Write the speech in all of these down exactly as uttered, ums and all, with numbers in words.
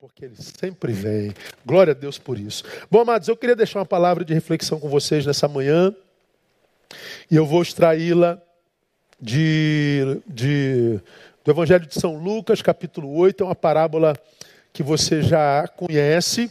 porque Ele sempre vem. Glória a Deus por isso. Bom, amados, eu queria deixar uma palavra de reflexão com vocês nessa manhã. E eu vou extraí-la de, de, do Evangelho de São Lucas, capítulo oito. É uma parábola que você já conhece.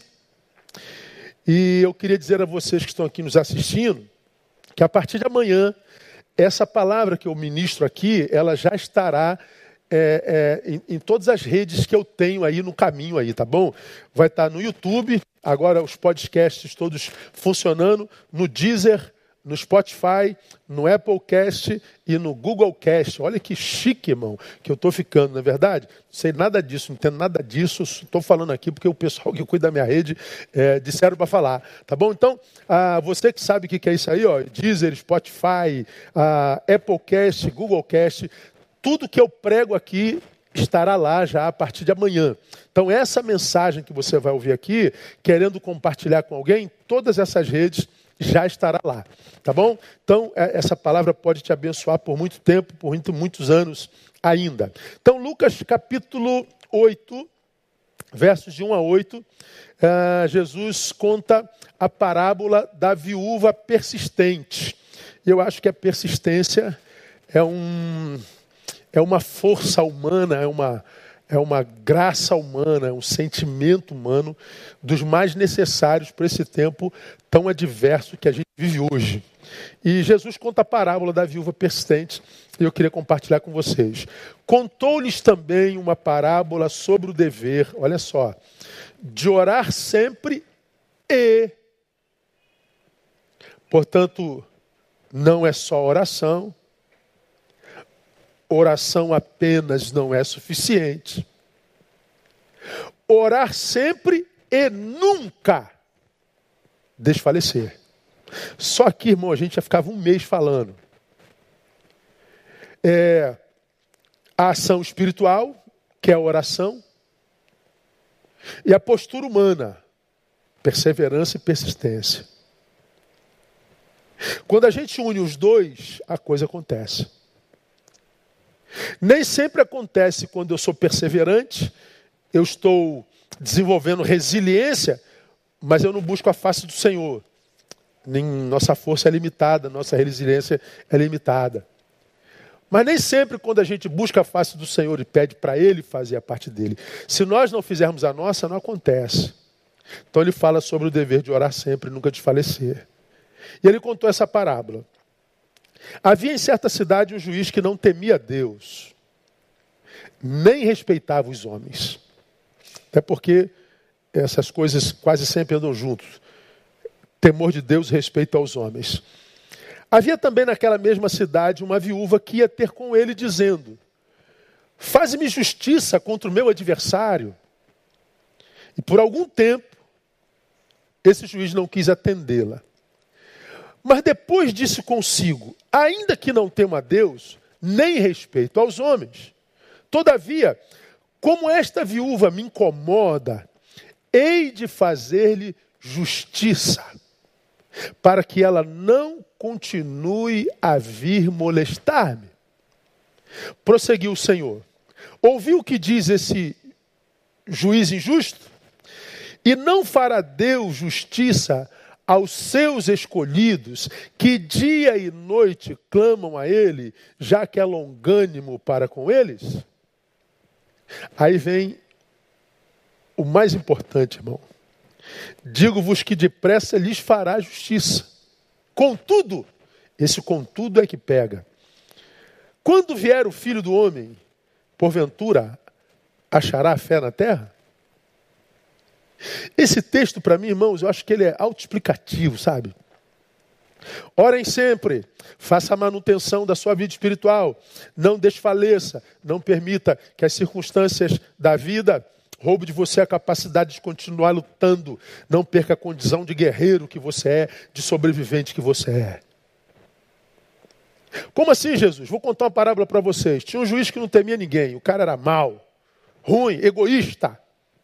E eu queria dizer a vocês que estão aqui nos assistindo, que a partir de amanhã, essa palavra que eu ministro aqui, ela já estará é, é, em, em todas as redes que eu tenho aí no caminho aí, tá bom? Vai estar no YouTube, agora os podcasts todos funcionando, no Deezer, no Spotify, no Applecast e no Googlecast. Olha que chique, irmão, que eu estou ficando, não é verdade? Não sei nada disso, não entendo nada disso. Estou falando aqui porque o pessoal que cuida da minha rede é, disseram para falar. Tá bom? Então, ah, você que sabe o que é isso aí, ó, Deezer, Spotify, ah, Applecast, Googlecast, tudo que eu prego aqui estará lá já a partir de amanhã. Então, essa mensagem que você vai ouvir aqui, querendo compartilhar com alguém, todas essas redes já estará lá, tá bom? Então, essa palavra pode te abençoar por muito tempo, por muito, muitos anos ainda. Então, Lucas capítulo oito, versos de um a oito, uh, Jesus conta a parábola da viúva persistente. E eu acho que a persistência é, um, é uma força humana, é uma... É uma graça humana, é um sentimento humano dos mais necessários para esse tempo tão adverso que a gente vive hoje. E Jesus conta a parábola da viúva persistente e eu queria compartilhar com vocês. Contou-lhes também uma parábola sobre o dever, olha só, de orar sempre e, portanto, não é só oração. Oração apenas não é suficiente. Orar sempre e nunca desfalecer. Só que, irmão, a gente já ficava um mês falando. É, a ação espiritual, que é a oração, e a postura humana, perseverança e persistência. Quando a gente une os dois, a coisa acontece. Nem sempre acontece quando eu sou perseverante, eu estou desenvolvendo resiliência, mas eu não busco a face do Senhor. Nem, nossa força é limitada, nossa resiliência é limitada. Mas nem sempre quando a gente busca a face do Senhor e pede para Ele fazer a parte dele. Se nós não fizermos a nossa, não acontece. Então ele fala sobre o dever de orar sempre e nunca desfalecer. E ele contou essa parábola. Havia em certa cidade um juiz que não temia Deus, nem respeitava os homens. Até porque essas coisas quase sempre andam juntos. Temor de Deus e respeito aos homens. Havia também naquela mesma cidade uma viúva que ia ter com ele dizendo: faze-me justiça contra o meu adversário. E por algum tempo, esse juiz não quis atendê-la. Mas depois disse consigo: ainda que não temo a Deus, nem respeito aos homens, todavia, como esta viúva me incomoda, hei de fazer-lhe justiça, para que ela não continue a vir molestar-me. Prosseguiu o Senhor: ouviu o que diz esse juiz injusto? E não fará Deus justiça aos seus escolhidos, que dia e noite clamam a Ele, já que é longânimo para com eles? Aí vem o mais importante, irmão. Digo-vos que depressa lhes fará justiça. Contudo, esse contudo é que pega. Quando vier o Filho do Homem, porventura, achará fé na terra? Esse texto, para mim, irmãos, eu acho que ele é autoexplicativo, sabe? Orem sempre, faça a manutenção da sua vida espiritual, não desfaleça, não permita que as circunstâncias da vida roubem de você a capacidade de continuar lutando, não perca a condição de guerreiro que você é, de sobrevivente que você é. Como assim, Jesus? Vou contar uma parábola para vocês. Tinha um juiz que não temia ninguém, o cara era mau, ruim, egoísta.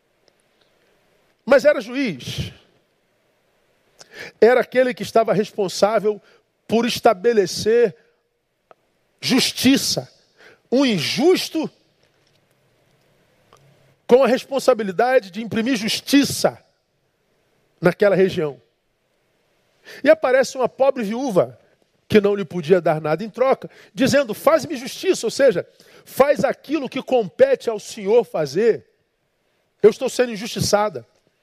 Mas era juiz. Era aquele que estava responsável por estabelecer justiça. Um injusto com a responsabilidade de imprimir justiça naquela região. E aparece uma pobre viúva que não lhe podia dar nada em troca, dizendo, faz-me justiça, ou seja, faz aquilo que compete ao Senhor fazer. Eu estou sendo injustiçada.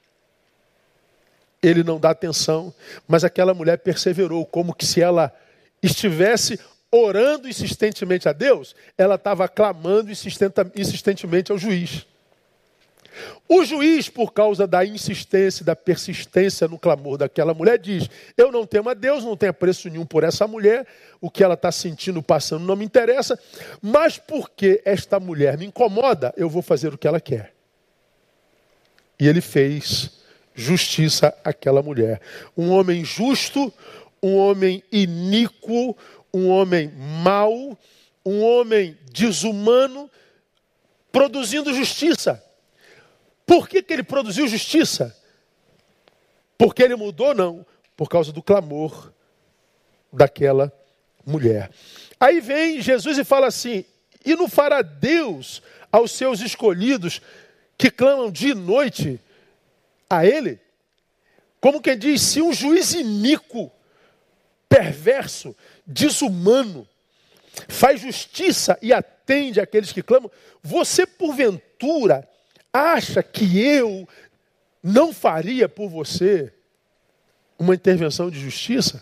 Ele não dá atenção, mas aquela mulher perseverou, como que se ela estivesse orando insistentemente a Deus, ela estava clamando insistentemente ao juiz. O juiz, por causa da insistência e da persistência no clamor daquela mulher, diz, eu não temo a Deus, não tenho apreço nenhum por essa mulher, o que ela está sentindo, passando, não me interessa, mas porque esta mulher me incomoda, eu vou fazer o que ela quer. E ele fez justiça àquela mulher. Um homem justo, um homem iníquo, um homem mau, um homem desumano, produzindo justiça. Por que que ele produziu justiça? Porque ele mudou? Não. Por causa do clamor daquela mulher. Aí vem Jesus e fala assim, e não fará Deus aos seus escolhidos que clamam dia e noite a ele? Como quem diz, se um juiz iníquo, perverso, desumano, faz justiça e atende àqueles que clamam, você porventura acha que eu não faria por você uma intervenção de justiça?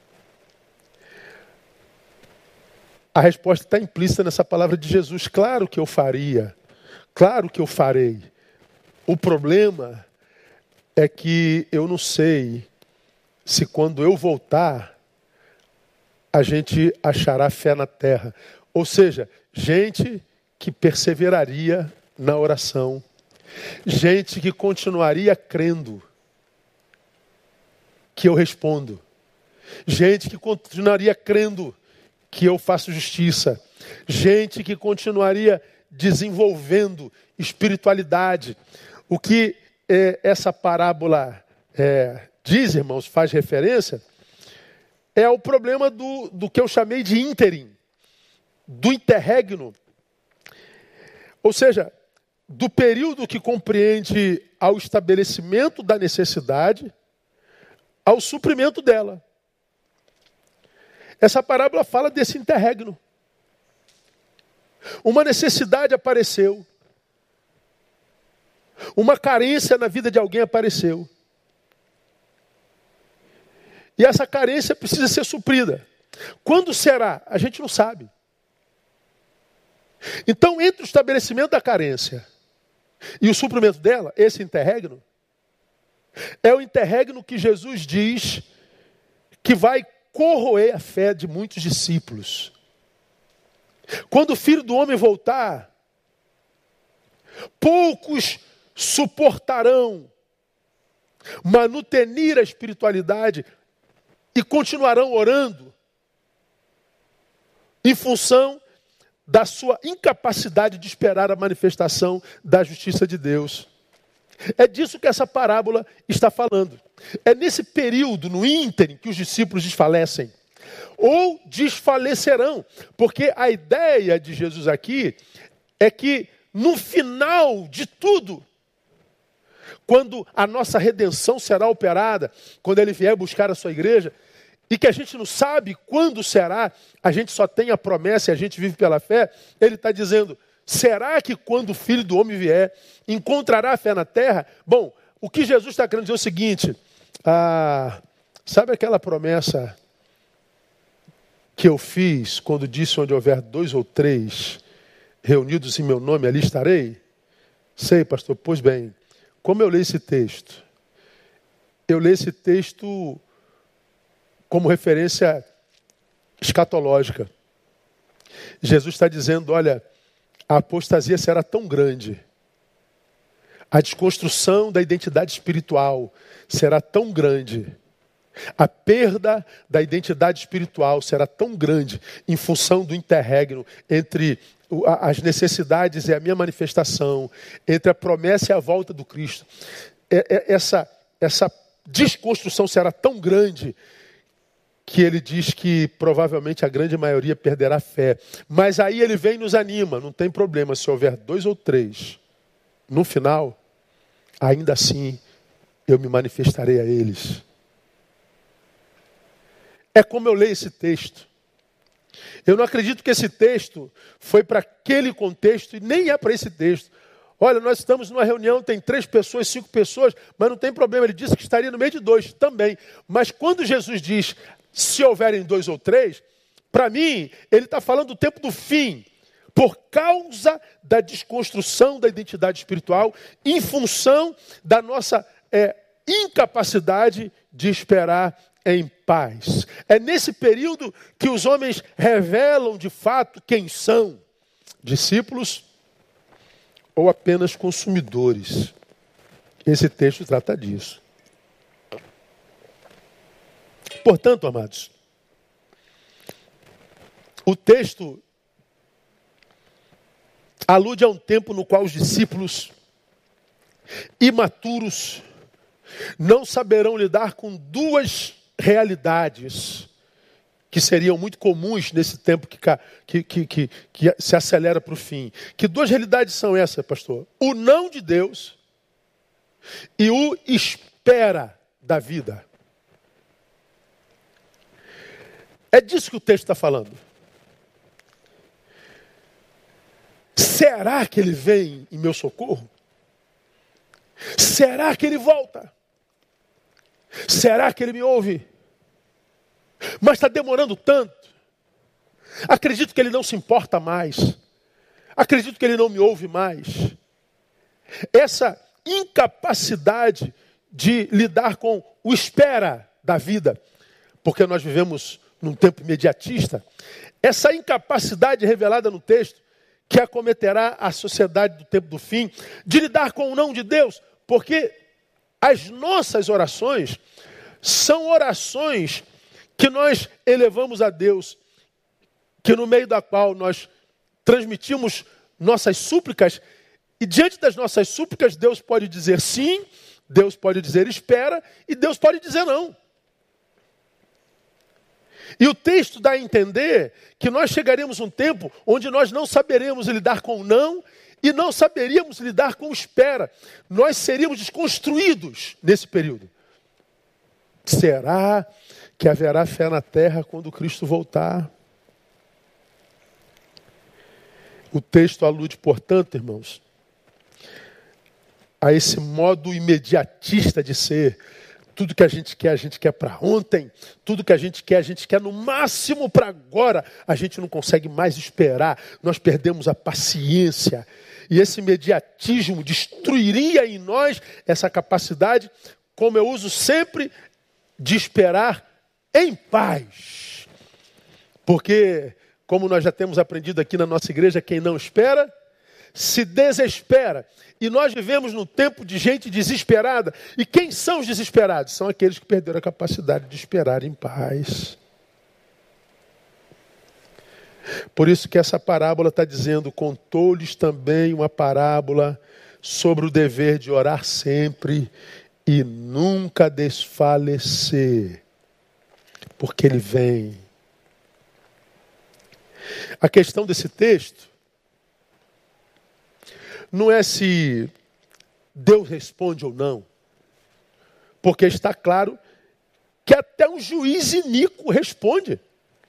A resposta está implícita nessa palavra de Jesus. Claro que eu faria. Claro que eu farei. O problema é que eu não sei se quando eu voltar, a gente achará fé na terra. Ou seja, gente que perseveraria na oração. Gente que continuaria crendo que eu respondo. Gente que continuaria crendo que eu faço justiça. Gente que continuaria desenvolvendo espiritualidade. O que é, essa parábola é, diz, irmãos, faz referência, é o problema do, do que eu chamei de ínterim, do interregno. Ou seja, do período que compreende ao estabelecimento da necessidade, ao suprimento dela. Essa parábola fala desse interregno. Uma necessidade apareceu. Uma carência na vida de alguém apareceu. E essa carência precisa ser suprida. Quando será? A gente não sabe. Então, entre o estabelecimento da carência e o suprimento dela, esse interregno, é o interregno que Jesus diz que vai corroer a fé de muitos discípulos. Quando o Filho do Homem voltar, poucos suportarão manutenir a espiritualidade e continuarão orando em função da sua incapacidade de esperar a manifestação da justiça de Deus. É disso que essa parábola está falando. É nesse período, no ínterim, que os discípulos desfalecem. Ou desfalecerão. Porque a ideia de Jesus aqui é que no final de tudo, quando a nossa redenção será operada, quando ele vier buscar a sua igreja, e que a gente não sabe quando será, a gente só tem a promessa e a gente vive pela fé, ele está dizendo, será que quando o Filho do Homem vier, encontrará a fé na terra? Bom, o que Jesus está querendo dizer é o seguinte, ah, sabe aquela promessa que eu fiz quando disse onde houver dois ou três reunidos em meu nome, ali estarei? Sei, pastor, pois bem, como eu leio esse texto? Eu leio esse texto como referência escatológica. Jesus está dizendo, olha, a apostasia será tão grande, a desconstrução da identidade espiritual será tão grande, a perda da identidade espiritual será tão grande em função do interregno entre as necessidades e a minha manifestação, entre a promessa e a volta do Cristo. Essa, essa desconstrução será tão grande que ele diz que provavelmente a grande maioria perderá a fé. Mas aí ele vem e nos anima, não tem problema, se houver dois ou três no final, ainda assim, eu me manifestarei a eles. É como eu leio esse texto. Eu não acredito que esse texto foi para aquele contexto e nem é para esse texto. Olha, nós estamos numa reunião, tem três pessoas, cinco pessoas, mas não tem problema. Ele disse que estaria no meio de dois também. Mas quando Jesus diz, se houverem dois ou três, para mim, ele está falando do tempo do fim. Por causa da desconstrução da identidade espiritual, em função da nossa é, incapacidade de esperar em paz. É nesse período que os homens revelam de fato quem são: discípulos ou apenas consumidores. Esse texto trata disso. Portanto, amados, o texto alude a um tempo no qual os discípulos imaturos não saberão lidar com duas realidades que seriam muito comuns nesse tempo que, que, que, que, que se acelera para o fim. Que duas realidades são essas, pastor? O não de Deus e o espera da vida. É disso que o texto está falando. Será que ele vem em meu socorro? Será que ele volta? Será que ele me ouve? Mas está demorando tanto. Acredito que ele não se importa mais. Acredito que ele não me ouve mais. Essa incapacidade de lidar com o espera da vida, porque nós vivemos num tempo imediatista, essa incapacidade revelada no texto, que acometerá a sociedade do tempo do fim, de lidar com o não de Deus, porque as nossas orações são orações que nós elevamos a Deus, que no meio da qual nós transmitimos nossas súplicas, e diante das nossas súplicas Deus pode dizer sim, Deus pode dizer espera, e Deus pode dizer não. E o texto dá a entender que nós chegaremos a um tempo onde nós não saberemos lidar com o não e não saberíamos lidar com o espera. Nós seríamos desconstruídos nesse período. Será que haverá fé na terra quando Cristo voltar? O texto alude, portanto, irmãos, a esse modo imediatista de ser. Tudo que a gente quer, a gente quer para ontem. Tudo que a gente quer, a gente quer no máximo para agora. A gente não consegue mais esperar. Nós perdemos a paciência. E esse imediatismo destruiria em nós essa capacidade, como eu uso sempre, de esperar em paz. Porque, como nós já temos aprendido aqui na nossa igreja, quem não espera, se desespera. E nós vivemos num tempo de gente desesperada. E quem são os desesperados? São aqueles que perderam a capacidade de esperar em paz. Por isso que essa parábola está dizendo, contou-lhes também uma parábola sobre o dever de orar sempre e nunca desfalecer, porque ele vem. A questão desse texto não é se Deus responde ou não, porque está claro que até um juiz iníquo responde.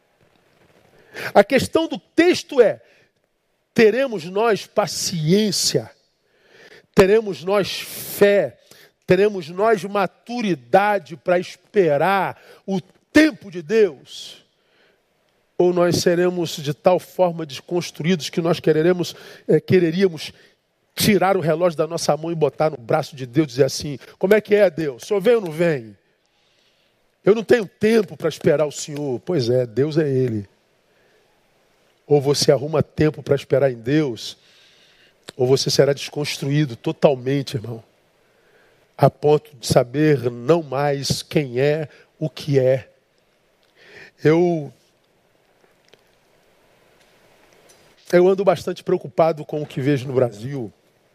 A questão do texto é, teremos nós paciência, teremos nós fé, teremos nós maturidade para esperar o tempo de Deus? Ou nós seremos de tal forma desconstruídos que nós quereremos, é, quereríamos tirar o relógio da nossa mão e botar no braço de Deus e dizer assim, como é que é, Deus? O Senhor vem ou não vem? Eu não tenho tempo para esperar o Senhor. Pois é, Deus é Ele. Ou você arruma tempo para esperar em Deus, ou você será desconstruído totalmente, irmão, a ponto de saber não mais quem é, o que é. Eu, eu ando bastante preocupado com o que vejo no Brasil.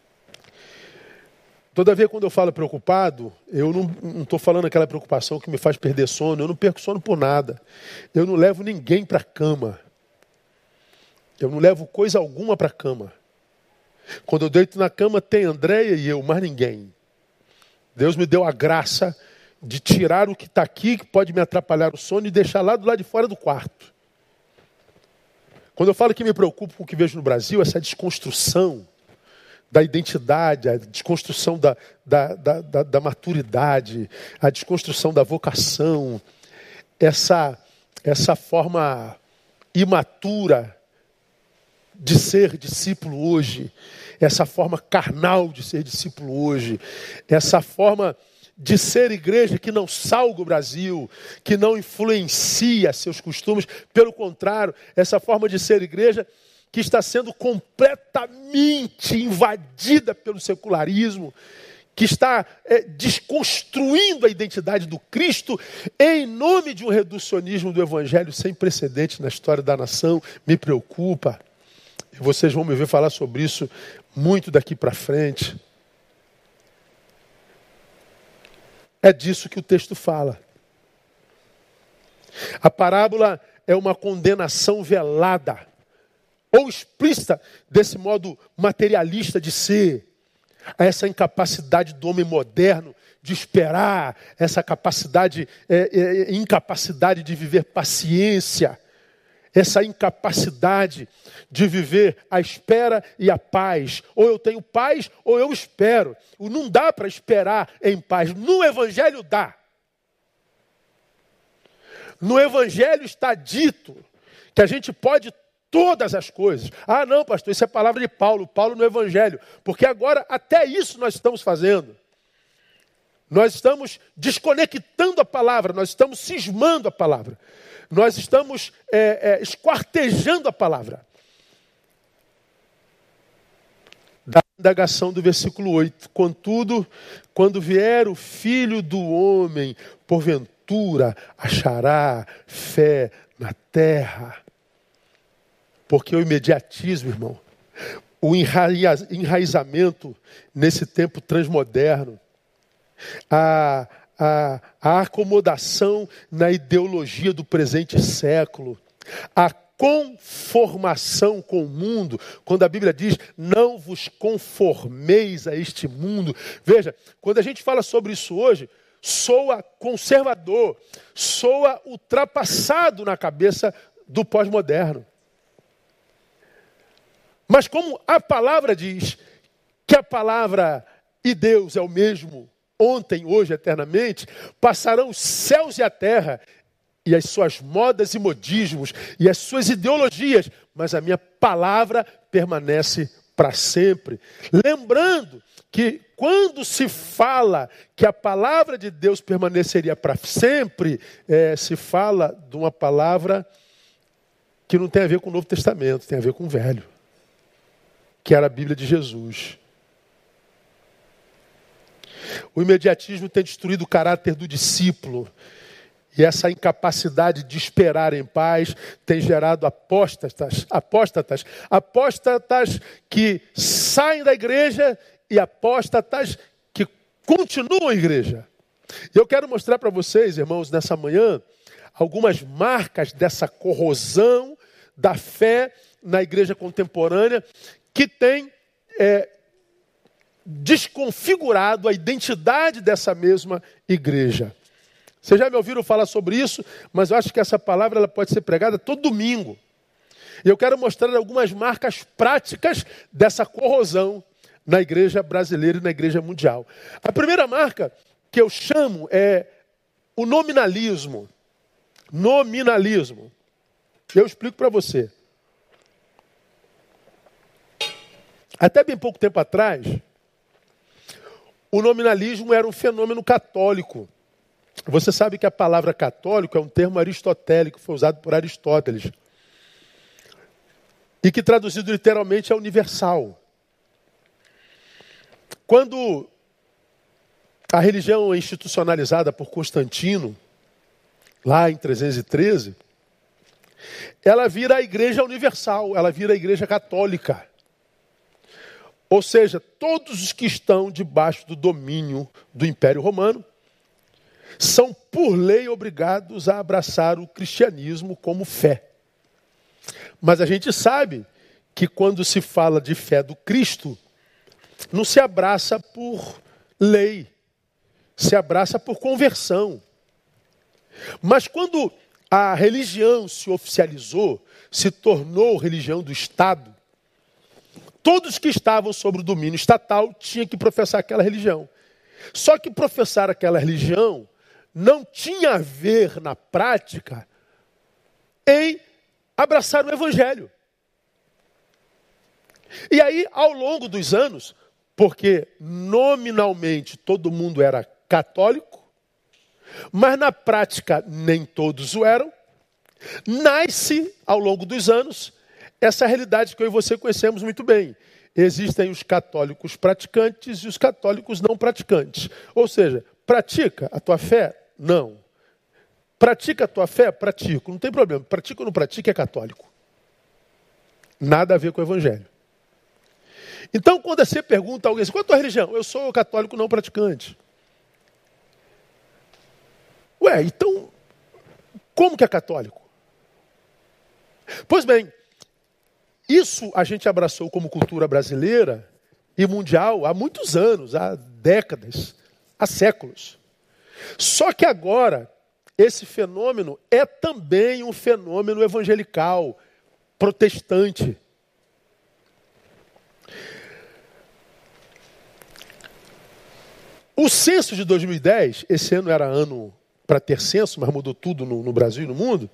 Todavia, quando eu falo preocupado, eu não estou falando aquela preocupação que me faz perder sono. Eu não perco sono por nada. Eu não levo ninguém para a cama. Eu não levo coisa alguma para a cama. Quando eu deito na cama, tem Andréia e eu, mais ninguém. Deus me deu a graça de tirar o que está aqui, que pode me atrapalhar o sono, e deixar lá do lado de fora do quarto. Quando eu falo que me preocupo com o que vejo no Brasil, essa desconstrução da identidade, a desconstrução da, da, da, da, da maturidade, a desconstrução da vocação, essa, essa forma imatura de ser discípulo hoje, essa forma carnal de ser discípulo hoje, essa forma de ser igreja que não salga o Brasil, que não influencia seus costumes, pelo contrário, essa forma de ser igreja que está sendo completamente invadida pelo secularismo, que está é, desconstruindo a identidade do Cristo em nome de um reducionismo do Evangelho sem precedente na história da nação, me preocupa. E vocês vão me ver falar sobre isso muito daqui para frente. É disso que o texto fala. A parábola é uma condenação velada ou explícita desse modo materialista de ser, a essa incapacidade do homem moderno de esperar, essa capacidade, é, é, incapacidade de viver paciência, essa incapacidade de viver a espera e a paz. Ou eu tenho paz ou eu espero. Não dá para esperar em paz. No Evangelho dá. No Evangelho está dito que a gente pode todas as coisas. Ah, não, pastor, isso é palavra de Paulo. Paulo no Evangelho. Porque agora até isso nós estamos fazendo. Nós estamos desconectando a palavra. Nós estamos cismando a palavra. Nós estamos é, é, esquartejando a palavra. Da indagação do versículo oito. Contudo, quando vier o Filho do Homem, porventura achará fé na terra. Porque o imediatismo, irmão, o enraizamento nesse tempo transmoderno, a... A, a acomodação na ideologia do presente século, a conformação com o mundo, quando a Bíblia diz, não vos conformeis a este mundo. Veja, quando a gente fala sobre isso hoje, soa conservador, soa ultrapassado na cabeça do pós-moderno. Mas como a palavra diz que a palavra e Deus é o mesmo, ontem, hoje, eternamente, passarão os céus e a terra, e as suas modas e modismos, e as suas ideologias, mas a minha palavra permanece para sempre. Lembrando que quando se fala que a palavra de Deus permaneceria para sempre, é, se fala de uma palavra que não tem a ver com o Novo Testamento, tem a ver com o Velho, que era a Bíblia de Jesus. O imediatismo tem destruído o caráter do discípulo. E essa incapacidade de esperar em paz tem gerado apóstatas, apóstatas, apóstatas que saem da igreja e apóstatas que continuam a igreja. Eu quero mostrar para vocês, irmãos, nessa manhã, algumas marcas dessa corrosão da fé na igreja contemporânea que tem é, desconfigurado a identidade dessa mesma igreja. Vocês já me ouviram falar sobre isso, mas eu acho que essa palavra ela pode ser pregada todo domingo. E eu quero mostrar algumas marcas práticas dessa corrosão na igreja brasileira e na igreja mundial. A primeira marca que eu chamo é o nominalismo. Nominalismo. Eu explico para você. Até bem pouco tempo atrás, o nominalismo era um fenômeno católico. Você sabe que a palavra católico é um termo aristotélico, foi usado por Aristóteles. E que traduzido literalmente é universal. Quando a religião é institucionalizada por Constantino, lá em trezentos e treze, ela vira a igreja universal, ela vira a igreja católica. Ou seja, todos os que estão debaixo do domínio do Império Romano são, por lei, obrigados a abraçar o cristianismo como fé. Mas a gente sabe que quando se fala de fé do Cristo, não se abraça por lei, se abraça por conversão. Mas quando a religião se oficializou, se tornou religião do Estado, todos que estavam sob o domínio estatal tinham que professar aquela religião. Só que professar aquela religião não tinha a ver, na prática, em abraçar o Evangelho. E aí, ao longo dos anos, porque nominalmente todo mundo era católico, mas na prática nem todos o eram, nasce, ao longo dos anos, essa realidade que eu e você conhecemos muito bem. Existem os católicos praticantes e os católicos não praticantes. Ou seja, pratica a tua fé? Não. Pratica a tua fé? Pratico. Não tem problema. Pratica ou não pratica é católico. Nada a ver com o Evangelho. Então, quando você pergunta a alguém, qual é a tua religião? Eu sou católico não praticante. Ué, então, como que é católico? Pois bem, isso a gente abraçou como cultura brasileira e mundial há muitos anos, há décadas, há séculos. Só que agora, esse fenômeno é também um fenômeno evangelical, protestante. O censo de dois mil e dez, esse ano era ano para ter censo, mas mudou tudo no, no Brasil e no mundo,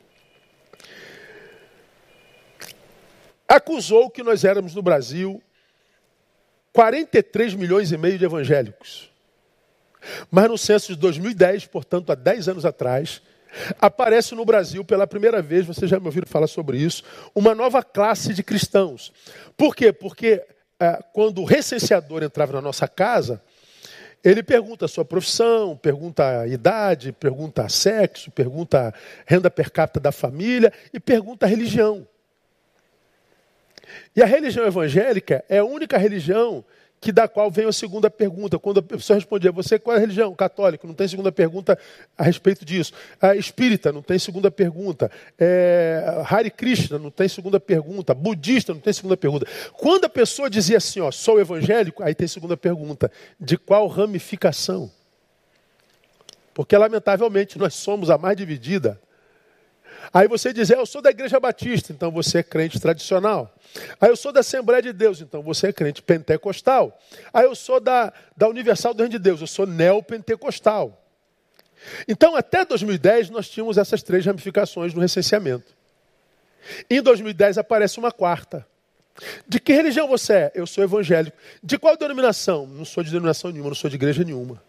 acusou que nós éramos no Brasil quarenta e três milhões e meio de evangélicos. Mas no censo de dois mil e dez, portanto, há dez anos atrás, aparece no Brasil pela primeira vez, vocês já me ouviram falar sobre isso, uma nova classe de cristãos. Por quê? Porque é, quando o recenseador entrava na nossa casa, ele pergunta a sua profissão, pergunta a idade, pergunta a sexo, pergunta a renda per capita da família e pergunta a religião. E a religião evangélica é a única religião que da qual vem a segunda pergunta. Quando a pessoa respondia, você qual é a religião? Católico, não tem segunda pergunta a respeito disso. A espírita, não tem segunda pergunta. É, Hare Krishna, não tem segunda pergunta. Budista, não tem segunda pergunta. Quando a pessoa dizia assim, ó, sou evangélico, aí tem segunda pergunta. De qual ramificação? Porque, lamentavelmente, nós somos a mais dividida. Aí você diz, eu sou da Igreja Batista, então você é crente tradicional. Aí eu sou da Assembleia de Deus, então você é crente pentecostal. Aí eu sou da, da Universal do Reino de Deus, eu sou neopentecostal. Então, até dois mil e dez, nós tínhamos essas três ramificações no recenseamento. Em dois mil e dez aparece uma quarta. De que religião você é? Eu sou evangélico. De qual denominação? Não sou de denominação nenhuma, não sou de igreja nenhuma.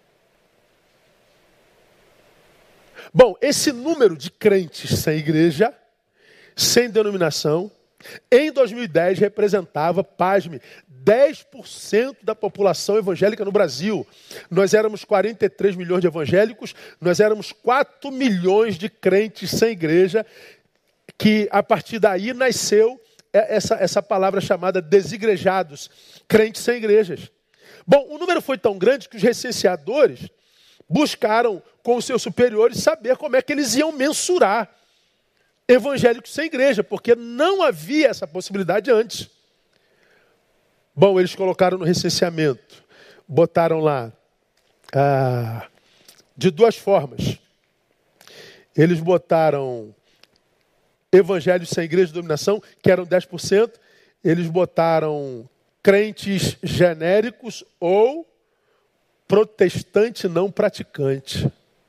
Bom, esse número de crentes sem igreja, sem denominação, em dois mil e dez representava, pasme, dez por cento da população evangélica no Brasil. Nós éramos quarenta e três milhões de evangélicos, nós éramos quatro milhões de crentes sem igreja, que a partir daí nasceu essa, essa palavra chamada desigrejados, crentes sem igrejas. Bom, o número foi tão grande que os recenseadores buscaram com os seus superiores saber como é que eles iam mensurar evangélicos sem igreja, porque não havia essa possibilidade antes. Bom, eles colocaram no recenseamento, botaram lá ah, de duas formas. Eles botaram evangélicos sem igreja de dominação, que eram dez por cento, eles botaram crentes genéricos ou protestante não praticante.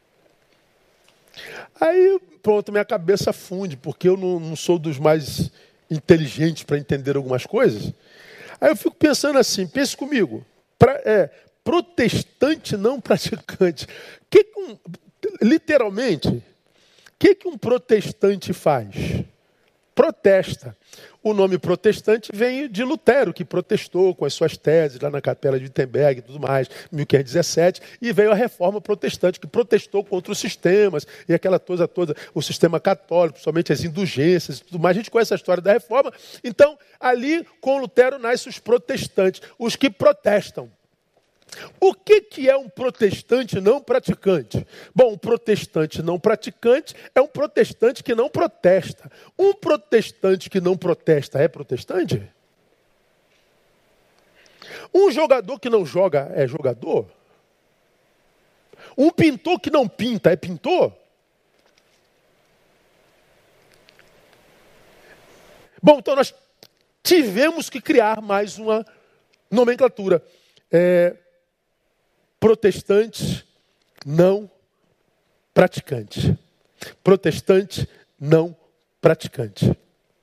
Aí, pronto, minha cabeça funde, porque eu não, não sou dos mais inteligentes para entender algumas coisas. Aí eu fico pensando assim, pense comigo, pra, é, protestante não praticante. Que que um, literalmente, o que, que um protestante faz? Protesta. O nome protestante vem de Lutero, que protestou com as suas teses lá na Capela de Wittenberg e tudo mais, em mil quinhentos e dezessete, e veio a Reforma Protestante, que protestou contra os sistemas, e aquela coisa toda, o sistema católico, somente as indulgências e tudo mais. A gente conhece a história da Reforma. Então, ali com Lutero nascem os protestantes, os que protestam. O que, que é um protestante não praticante? Bom, um protestante não praticante é um protestante que não protesta. Um protestante que não protesta é protestante? Um jogador que não joga é jogador? Um pintor que não pinta é pintor? Bom, então nós tivemos que criar mais uma nomenclatura. É, protestante não praticante. Protestante não praticante.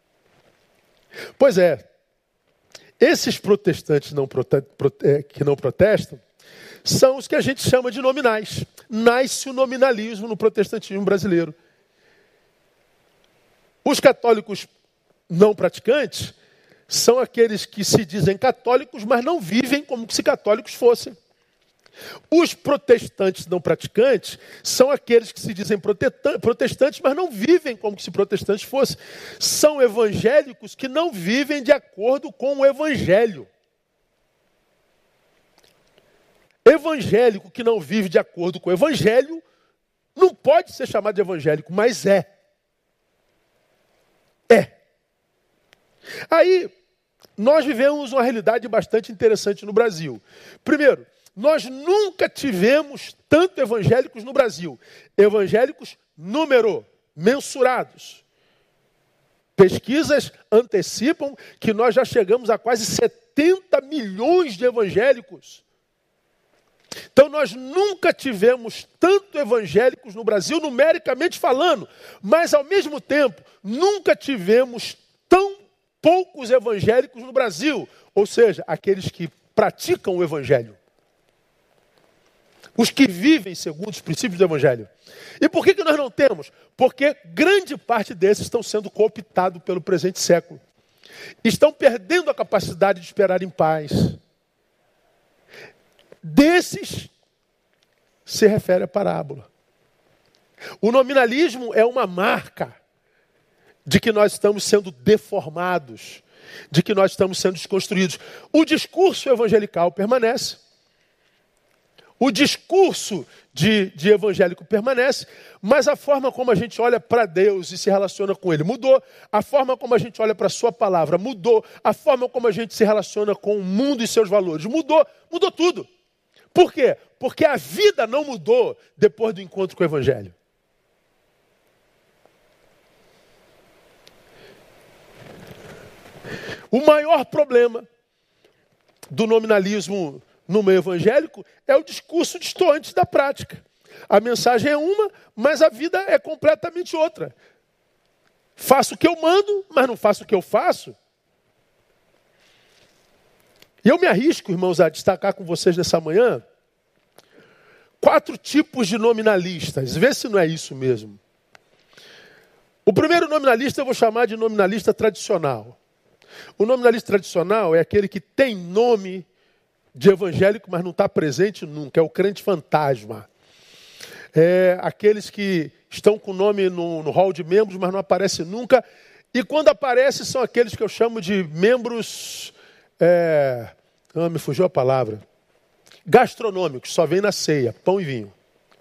Pois é, esses protestantes não prote- prote- que não protestam são os que a gente chama de nominais. Nasce o nominalismo no protestantismo brasileiro. Os católicos não praticantes são aqueles que se dizem católicos, mas não vivem como se católicos fossem. Os protestantes não praticantes são aqueles que se dizem protestantes, mas não vivem como se protestantes fossem. São evangélicos que não vivem de acordo com o evangelho. Evangélico que não vive de acordo com o evangelho não pode ser chamado de evangélico, mas é. É. Aí, nós vivemos uma realidade bastante interessante no Brasil. Primeiro, nós nunca tivemos tanto evangélicos no Brasil. Evangélicos, número, mensurados. Pesquisas antecipam que nós já chegamos a quase setenta milhões de evangélicos. Então nós nunca tivemos tanto evangélicos no Brasil, numericamente falando, mas ao mesmo tempo, nunca tivemos tão poucos evangélicos no Brasil, ou seja, aqueles que praticam o evangelho. Os que vivem segundo os princípios do evangelho. E por que que nós não temos? Porque grande parte desses estão sendo cooptados pelo presente século. Estão perdendo a capacidade de esperar em paz. Desses se refere a parábola. O nominalismo é uma marca de que nós estamos sendo deformados, de que nós estamos sendo desconstruídos. O discurso evangelical permanece. O discurso de, de evangélico permanece, mas a forma como a gente olha para Deus e se relaciona com Ele mudou. A forma como a gente olha para a sua palavra mudou. A forma como a gente se relaciona com o mundo e seus valores mudou. Mudou tudo. Por quê? Porque a vida não mudou depois do encontro com o evangelho. O maior problema do nominalismo no meio evangélico é o discurso distante da prática. A mensagem é uma, mas a vida é completamente outra. Faço o que eu mando, mas não faço o que eu faço. E eu me arrisco, irmãos, a destacar com vocês nessa manhã quatro tipos de nominalistas. Vê se não é isso mesmo. O primeiro nominalista eu vou chamar de nominalista tradicional. O nominalista tradicional é aquele que tem nome de evangélico, mas não está presente nunca. É o crente fantasma. É aqueles que estão com o nome no, no hall de membros, mas não aparece nunca. E quando aparece, são aqueles que eu chamo de membros... É, ah, me fugiu a palavra. Gastronômicos, só vem na ceia, pão e vinho.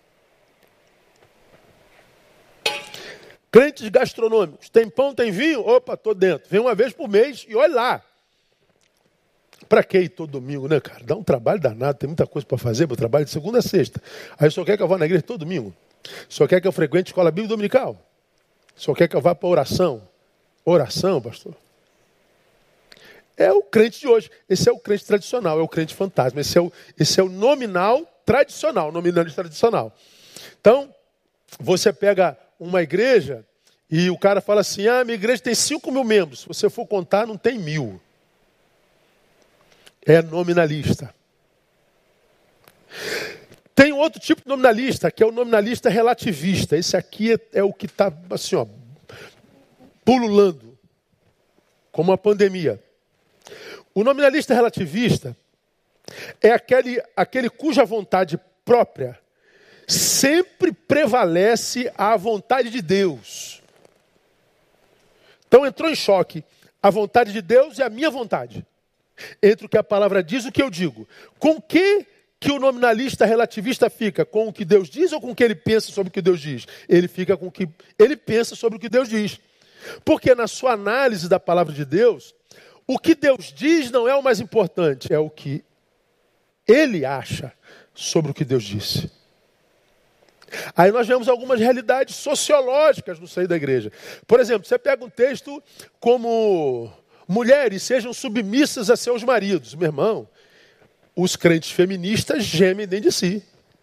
Crentes gastronômicos, tem pão, tem vinho? Opa, estou dentro. Vem uma vez por mês e olha lá. Para que ir todo domingo, né, cara? Dá um trabalho danado, tem muita coisa para fazer, meu trabalho de segunda a sexta. Aí só quer que eu vá na igreja todo domingo. Só quer que eu frequente escola bíblica dominical. Só quer que eu vá para oração. Oração, pastor? É o crente de hoje. Esse é o crente tradicional, é o crente fantasma. Esse é o, esse é o nominal tradicional, nominalista tradicional. Então, você pega uma igreja e o cara fala assim, ah, minha igreja tem cinco mil membros. Se você for contar, não tem mil. É nominalista. Tem outro tipo de nominalista, que é o nominalista relativista. Esse aqui é, é o que está assim, ó, pululando, como uma pandemia. O nominalista relativista é aquele, aquele cuja vontade própria sempre prevalece a vontade de Deus. Então entrou em choque a vontade de Deus e a minha vontade. Entre o que a palavra diz e o que eu digo. Com que que o nominalista relativista fica? Com o que Deus diz ou com o que ele pensa sobre o que Deus diz? Ele fica com o que ele pensa sobre o que Deus diz. Porque na sua análise da palavra de Deus, O que Deus diz não é o mais importante, é o que ele acha sobre o que Deus disse. Aí nós vemos algumas realidades sociológicas no seio da igreja. Por exemplo, você pega um texto como mulheres sejam submissas a seus maridos. Meu irmão, os crentes feministas gemem dentro de si.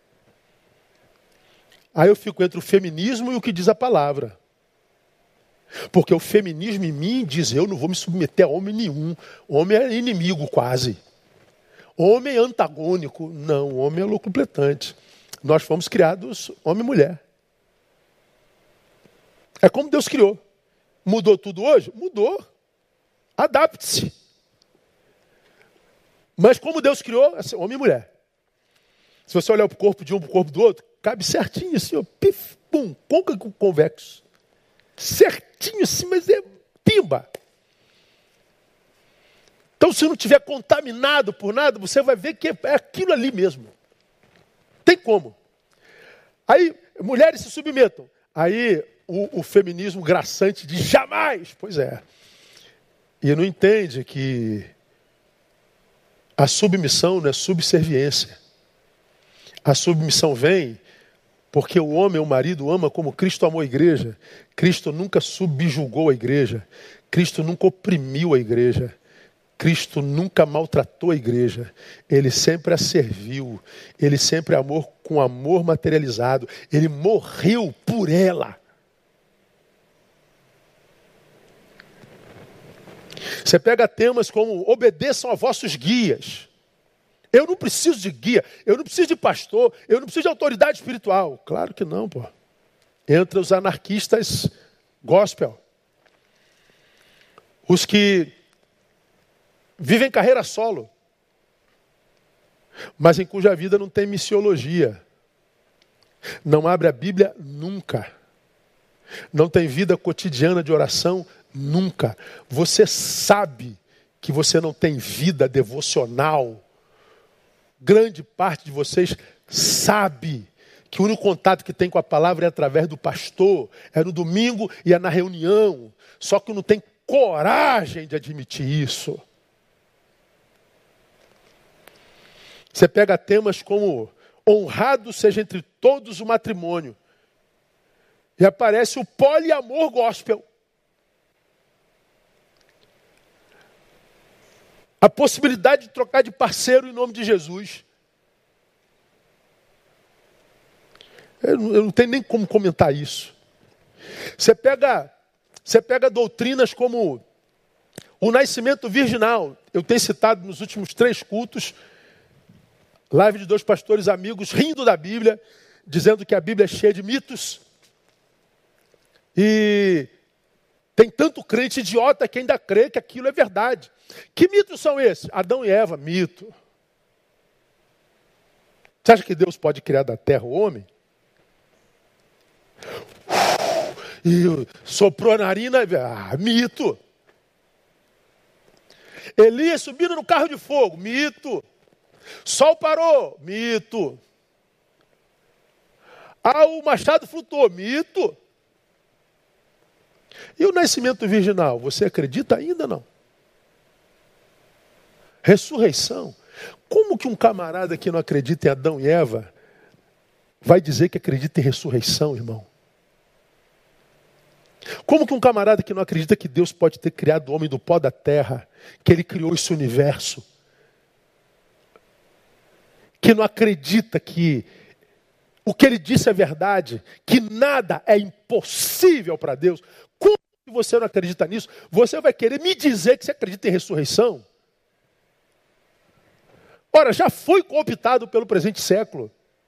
Aí eu fico entre o feminismo e o que diz a palavra. Porque o feminismo em mim diz, eu não vou me submeter a homem nenhum. Homem é inimigo quase. Homem é antagônico. Não, homem é locupletante. Nós fomos criados homem e mulher. É como Deus criou. Mudou tudo hoje? Mudou. Adapte-se. Mas como Deus criou, assim, homem e mulher. Se você olhar para o corpo de um para o corpo do outro, cabe certinho assim, ó, pif, pum, côncavo convexo. Certinho assim, mas é pimba. Então, se não estiver contaminado por nada, você vai ver que é aquilo ali mesmo. Tem como. Aí, mulheres se submetam. Aí, o, o feminismo graçante diz jamais. Pois é. E não entende que a submissão não é subserviência. A submissão vem porque o homem, o marido, ama como Cristo amou a igreja. Cristo nunca subjugou a igreja. Cristo nunca oprimiu a igreja. Cristo nunca maltratou a igreja. Ele sempre a serviu. Ele sempre amou com amor materializado. Ele morreu por ela. Você pega temas como obedeçam a vossos guias. Eu não preciso de guia, eu não preciso de pastor, eu não preciso de autoridade espiritual. Claro que não, pô. Entra os anarquistas gospel. Os que vivem carreira solo, mas em cuja vida não tem missiologia. Não abre a Bíblia nunca. Não tem vida cotidiana de oração nunca. Você sabe que você não tem vida devocional. Grande parte de vocês sabe que o único contato que tem com a palavra é através do pastor, é no domingo e é na reunião. Só que não tem coragem de admitir isso. Você pega temas como honrado seja entre todos o matrimônio. E aparece o poliamor gospel. A possibilidade de trocar de parceiro em nome de Jesus. Eu não, eu não tenho nem como comentar isso. Você pega, você pega doutrinas como o nascimento virginal. Eu tenho citado nos últimos três cultos, live de dois pastores amigos rindo da Bíblia, dizendo que a Bíblia é cheia de mitos. E tem tanto crente idiota que ainda crê que aquilo é verdade. Que mitos são esses? Adão e Eva, mito. Você acha que Deus pode criar da terra o homem? E soprou a narina, ah, mito. Elias subindo no carro de fogo, mito. Sol parou, mito. Ah, o machado flutuou, mito. E o nascimento virginal, você acredita ainda não? Ressurreição. Como que um camarada que não acredita em Adão e Eva vai dizer que acredita em ressurreição, irmão? Como que um camarada que não acredita que Deus pode ter criado o homem do pó da terra, que ele criou esse universo, que não acredita que o que ele disse é verdade, que nada é impossível para Deus, como que você não acredita nisso? Você vai querer me dizer que você acredita em ressurreição? Ora, já foi cooptado pelo presente século.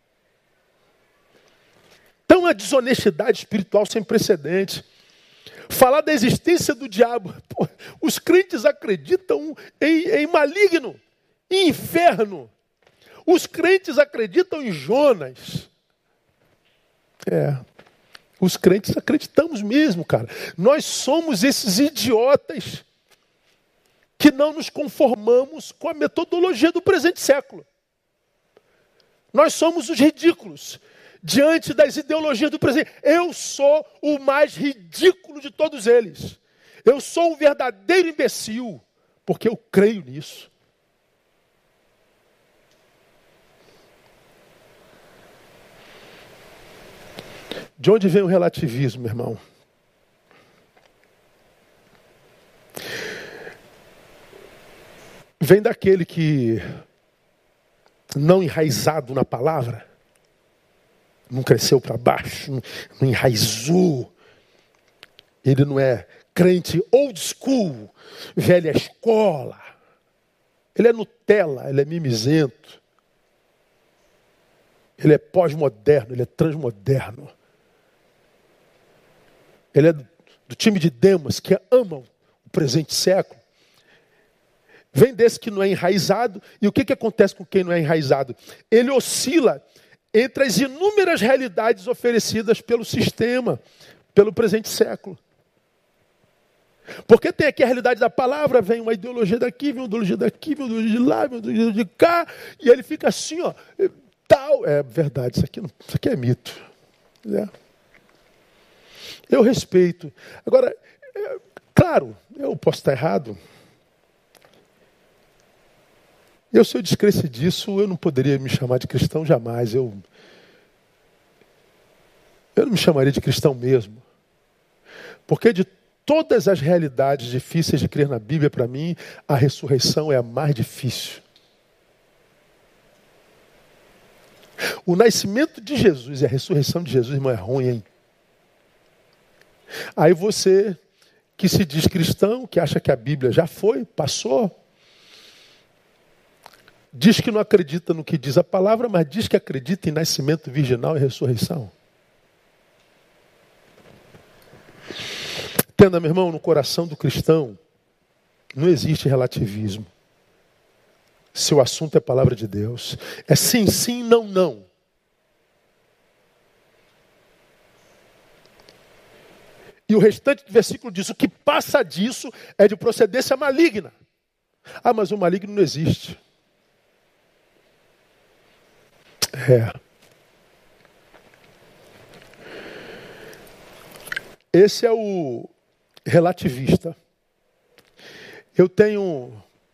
Então, a desonestidade espiritual sem precedentes. Falar da existência do diabo. Pô, os crentes acreditam em, em maligno, em inferno. Os crentes acreditam em Jonas. É, os crentes acreditamos mesmo, cara. Nós somos esses idiotas que não nos conformamos com a metodologia do presente século. Nós somos os ridículos diante das ideologias do presente. Eu sou o mais ridículo de todos eles. Eu sou um verdadeiro imbecil. porque eu creio nisso. De onde vem o relativismo, meu irmão? Vem daquele que, não enraizado na palavra, não cresceu para baixo, não, não enraizou. Ele não é crente old school, velha escola. Ele é Nutella, ele é mimizento. Ele é pós-moderno, ele é transmoderno. Ele é do, do time de Demas, que ama o presente século. Vem desse que não é enraizado. E o que, que acontece com quem não é enraizado? Ele oscila entre as inúmeras realidades oferecidas pelo sistema, pelo presente século. Porque tem aqui a realidade da palavra, vem uma ideologia daqui, vem uma ideologia daqui, vem uma ideologia de lá, vem uma ideologia de cá, e ele fica assim, ó, tal. É verdade, isso aqui, não, isso aqui é mito. É. Eu respeito. Agora, é, claro, eu posso estar errado. Eu, se eu descresce disso, eu não poderia me chamar de cristão jamais. Eu, eu não me chamaria de cristão mesmo. Porque de todas as realidades difíceis de crer na Bíblia, para mim, a ressurreição é a mais difícil. O nascimento de Jesus e a ressurreição de Jesus, irmão, é ruim, hein? Aí você, que se diz cristão, que acha que a Bíblia já foi, passou, diz que não acredita no que diz a palavra, mas diz que acredita em nascimento virginal e ressurreição. Entenda, meu irmão, no coração do cristão não existe relativismo. Seu assunto é a palavra de Deus. É sim, sim, não, não. E o restante do versículo diz, o que passa disso é de procedência maligna. Ah, mas o maligno não existe. É. Esse é o relativista. Eu tenho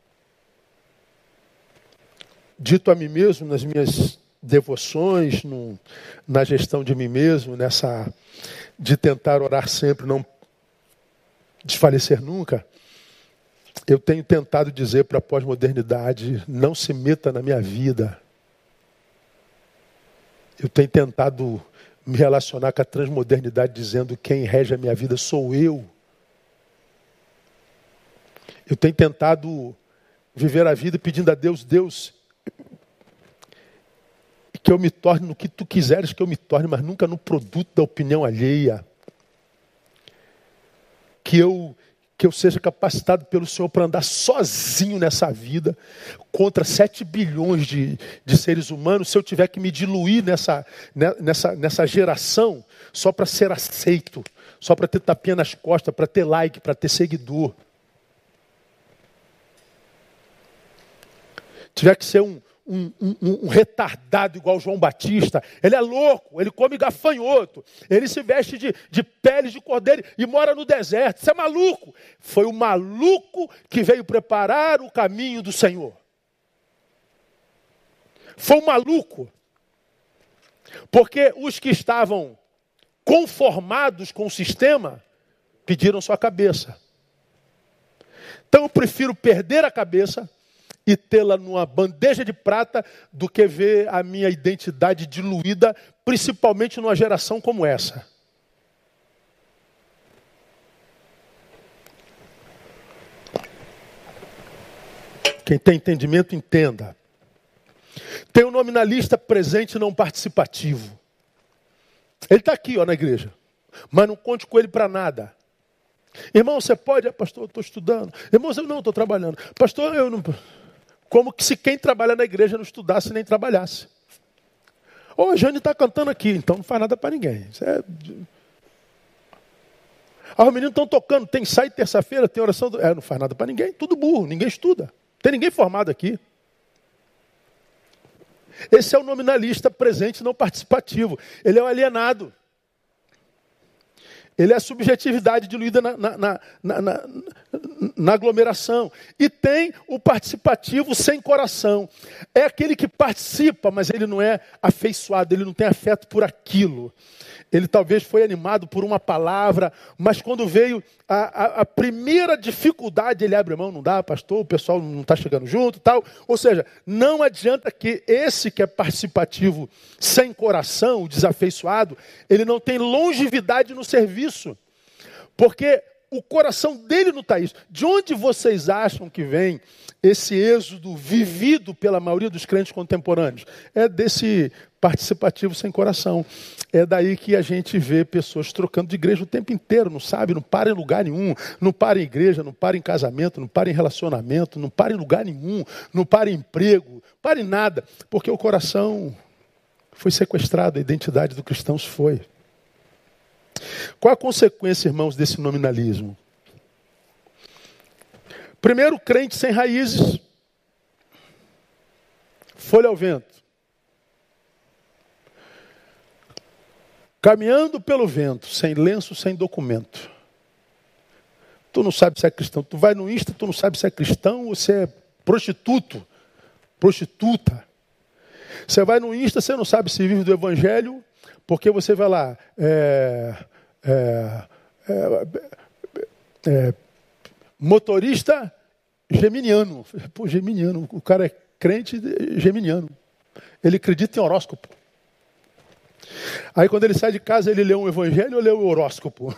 dito a mim mesmo, nas minhas devoções, no, na gestão de mim mesmo, nessa de tentar orar sempre, não desfalecer nunca, eu tenho tentado dizer para a pós-modernidade, não se meta na minha vida. Eu tenho tentado me relacionar com a transmodernidade dizendo quem rege a minha vida sou eu. Eu tenho tentado viver a vida pedindo a Deus, Deus, que eu me torne no que tu quiseres que eu me torne, mas nunca no produto da opinião alheia. Que eu, que eu seja capacitado pelo Senhor para andar sozinho nessa vida, contra sete bilhões de, de seres humanos, se eu tiver que me diluir nessa, nessa, nessa geração, só para ser aceito, só para ter tapinha nas costas, para ter like, para ter seguidor. Tiver que ser um, um, um, um retardado igual João Batista, ele é louco, ele come gafanhoto, ele se veste de, de peles de cordeiro e mora no deserto. Isso é maluco. Foi o maluco que veio preparar o caminho do Senhor. Foi um maluco. Porque os que estavam conformados com o sistema pediram sua cabeça. Então eu prefiro perder a cabeça e tê-la numa bandeja de prata do que ver a minha identidade diluída, principalmente numa geração como essa. Quem tem entendimento, entenda. Tem um nominalista presente não participativo. Ele está aqui, ó, na igreja. Mas não conte com ele para nada. Irmão, você pode? Ah, pastor, eu estou estudando. Irmão, eu não, estou trabalhando. Pastor, eu não... Como que se quem trabalha na igreja não estudasse nem trabalhasse. Ô, a Jane está cantando aqui, então não faz nada para ninguém. Isso é... Ah, os meninos estão tocando, tem ensaio terça-feira, tem oração... Do... É, não faz nada para ninguém, tudo burro, ninguém estuda. Não tem ninguém formado aqui. Esse é o nominalista presente não participativo. Ele é um alienado. Ele é a subjetividade diluída na, na, na, na, na aglomeração. E tem o participativo sem coração. É aquele que participa, mas ele não é afeiçoado, ele não tem afeto por aquilo. Ele talvez foi animado por uma palavra, mas quando veio a, a, a primeira dificuldade, ele abre mão, não dá, pastor, o pessoal não está chegando junto e tal. Ou seja, não adianta que esse que é participativo sem coração, o desafeiçoado, ele não tem longevidade no serviço. Porque o coração dele não está isso. De onde vocês acham que vem esse êxodo vivido pela maioria dos crentes contemporâneos? É desse participativo sem coração. É daí que a gente vê pessoas trocando de igreja o tempo inteiro, não sabe, não para em lugar nenhum, não para em igreja, não para em casamento, não para em relacionamento, não para em lugar nenhum, não para em emprego, para em nada, porque o coração foi sequestrado, a identidade do cristão se foi. Qual a consequência, irmãos, desse nominalismo? Primeiro, crente sem raízes, folha ao vento. Caminhando pelo vento, sem lenço, sem documento. Tu não sabe se é cristão. Tu vai no Insta, tu não sabe se é cristão ou se é prostituto, prostituta. Você vai no Insta, você não sabe se vive do evangelho, porque você vai lá, é, é, é, é, motorista geminiano. Pô, geminiano, o cara é crente geminiano. Ele acredita em horóscopo. Aí quando ele sai de casa, ele lê um evangelho ou lê o horóscopo?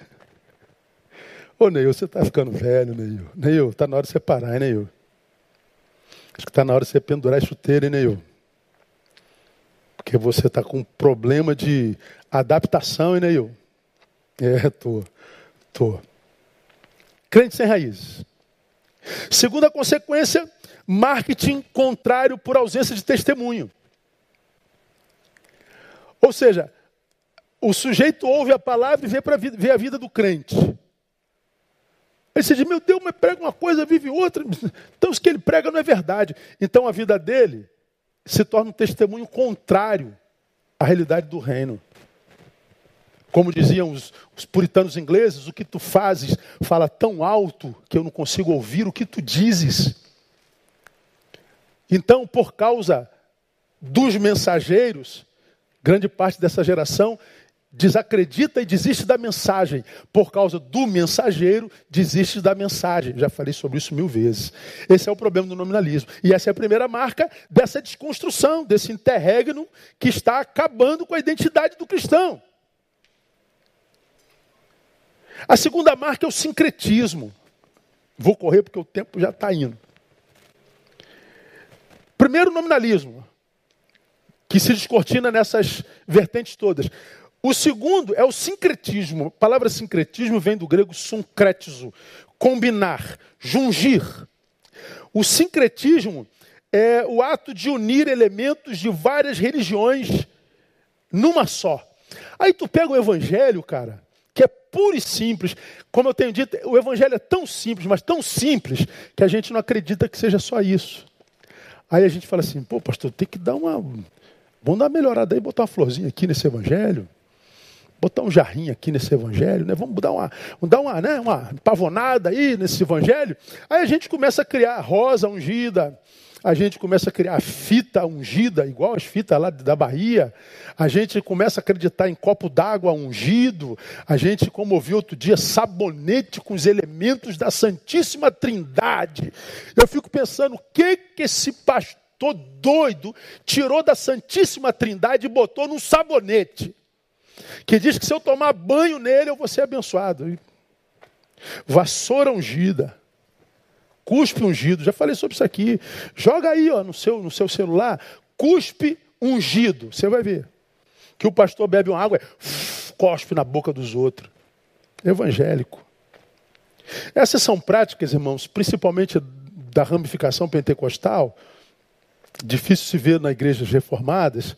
Ô Neil, você está ficando velho, Neil. Neil, está na hora de você parar, hein, Neil? Acho que está na hora de você pendurar a chuteira, hein, Neil? Porque você está com um problema de adaptação, hein, Neil? É, tô, tô. Crente sem raízes. Segunda consequência, marketing contrário por ausência de testemunho. Ou seja, o sujeito ouve a palavra e vê, pra vida, vê a vida do crente. Aí você diz, meu Deus, mas prega uma coisa, vive outra. Então isso que ele prega não é verdade. Então a vida dele se torna um testemunho contrário à realidade do reino. Como diziam os, os puritanos ingleses, o que tu fazes fala tão alto que eu não consigo ouvir o que tu dizes. Então, por causa dos mensageiros, grande parte dessa geração desacredita e desiste da mensagem. Por causa do mensageiro, desiste da mensagem. Já falei sobre isso mil vezes. Esse é o problema do nominalismo. E essa é a primeira marca dessa desconstrução, desse interregno que está acabando com a identidade do cristão. A segunda marca é o sincretismo. Vou correr porque o tempo já está indo. Primeiro, o nominalismo, que se descortina nessas vertentes todas. O segundo é o sincretismo. A palavra sincretismo vem do grego sunkretizo, combinar, jungir. O sincretismo é o ato de unir elementos de várias religiões numa só. Aí tu pega o evangelho, cara, que é puro e simples. Como eu tenho dito, o evangelho é tão simples, mas tão simples, que a gente não acredita que seja só isso. Aí a gente fala assim, pô, pastor, tem que dar uma... Vamos dar uma melhorada aí, botar uma florzinha aqui nesse evangelho. Botar um jarrinho aqui nesse evangelho, né? Vamos dar uma, vamos dar uma, né? uma pavonada aí nesse evangelho. Aí a gente começa a criar rosa ungida, a gente começa a criar fita ungida, igual as fitas lá da Bahia. A gente começa a acreditar em copo d'água ungido. A gente, como ouvi outro dia, sabonete com os elementos da Santíssima Trindade. Eu fico pensando, o que que esse pastor doido tirou da Santíssima Trindade e botou num sabonete? Que diz que se eu tomar banho nele, eu vou ser abençoado. Vassoura ungida. Cuspe ungido. Já falei sobre isso aqui. Joga aí ó, no, seu, no seu celular. Cuspe ungido. Você vai ver. Que o pastor bebe uma água e cospe na boca dos outros. Evangélico. Essas são práticas, irmãos, principalmente da ramificação pentecostal. Difícil se ver nas igrejas reformadas.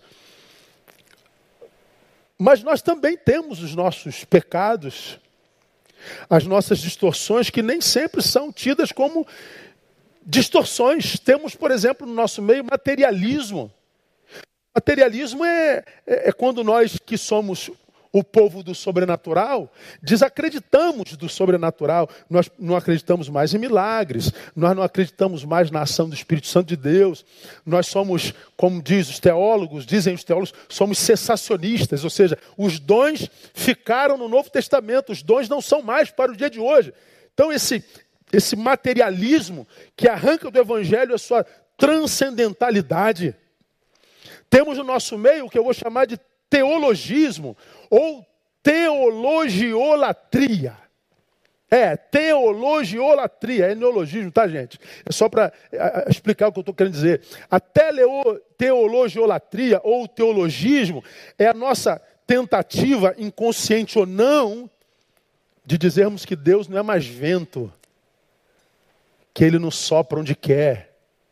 Mas nós também temos os nossos pecados, as nossas distorções, que nem sempre são tidas como distorções. Temos, por exemplo, no nosso meio, materialismo. Materialismo é, é, é quando nós que somos o povo do sobrenatural, desacreditamos do sobrenatural. Nós não acreditamos mais em milagres, nós não acreditamos mais na ação do Espírito Santo de Deus. Nós somos, como diz os teólogos, dizem os teólogos, somos cessacionistas, ou seja, os dons ficaram no Novo Testamento, os dons não são mais para o dia de hoje. Então esse, esse materialismo que arranca do Evangelho a sua transcendentalidade. Temos no nosso meio o que eu vou chamar de teologismo ou teologiolatria. É, teologiolatria, é neologismo, tá, gente? É só para explicar o que eu estou querendo dizer. A teleo, teologiolatria ou teologismo é a nossa tentativa, inconsciente ou não, de dizermos que Deus não é mais vento, que Ele não sopra onde quer.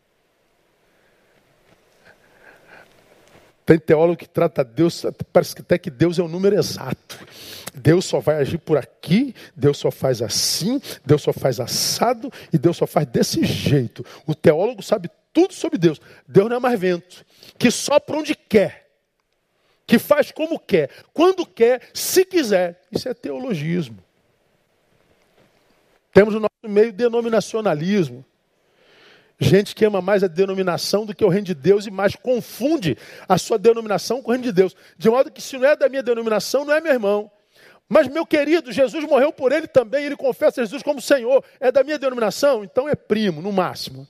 Tem teólogo que trata Deus, parece que até que Deus é o número exato. Deus só vai agir por aqui, Deus só faz assim, Deus só faz assado e Deus só faz desse jeito. O teólogo sabe tudo sobre Deus. Deus não é mais vento, que sopra onde quer, que faz como quer, quando quer, se quiser. Isso é teologismo. Temos no nosso meio denominacionalismo. Gente que ama mais a denominação do que o reino de Deus e mais confunde a sua denominação com o reino de Deus. De modo que se não é da minha denominação, não é meu irmão. Mas meu querido, Jesus morreu por ele também, ele confessa Jesus como Senhor. É da minha denominação? Então é primo, no máximo.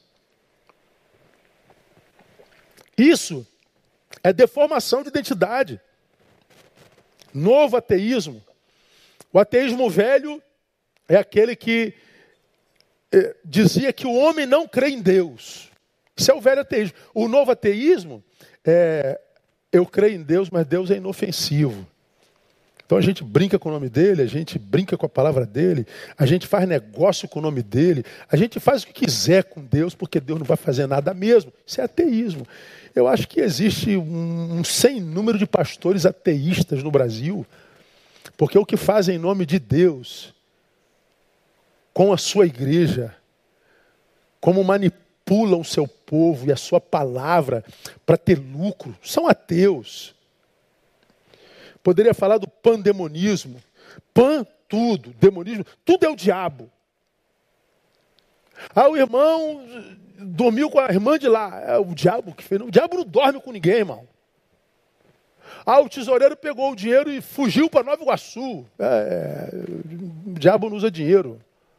Isso é deformação de identidade. Novo ateísmo. O ateísmo velho é aquele que dizia que o homem não crê em Deus. Isso é o velho ateísmo. O novo ateísmo é, eu creio em Deus, mas Deus é inofensivo. Então a gente brinca com o nome dele, a gente brinca com a palavra dele, a gente faz negócio com o nome dele, a gente faz o que quiser com Deus, porque Deus não vai fazer nada mesmo. Isso é ateísmo. Eu acho que existe um, um sem número de pastores ateístas no Brasil, porque o que fazem em nome de Deus com a sua igreja, como manipulam o seu povo e a sua palavra para ter lucro, são ateus. Poderia falar do pandemonismo. Pan, tudo. Demonismo, tudo é o diabo. Ah, o irmão dormiu com a irmã de lá. É o diabo que fez. O diabo não dorme com ninguém, irmão. Ah, o tesoureiro pegou o dinheiro e fugiu para Nova Iguaçu. É, o diabo não usa dinheiro.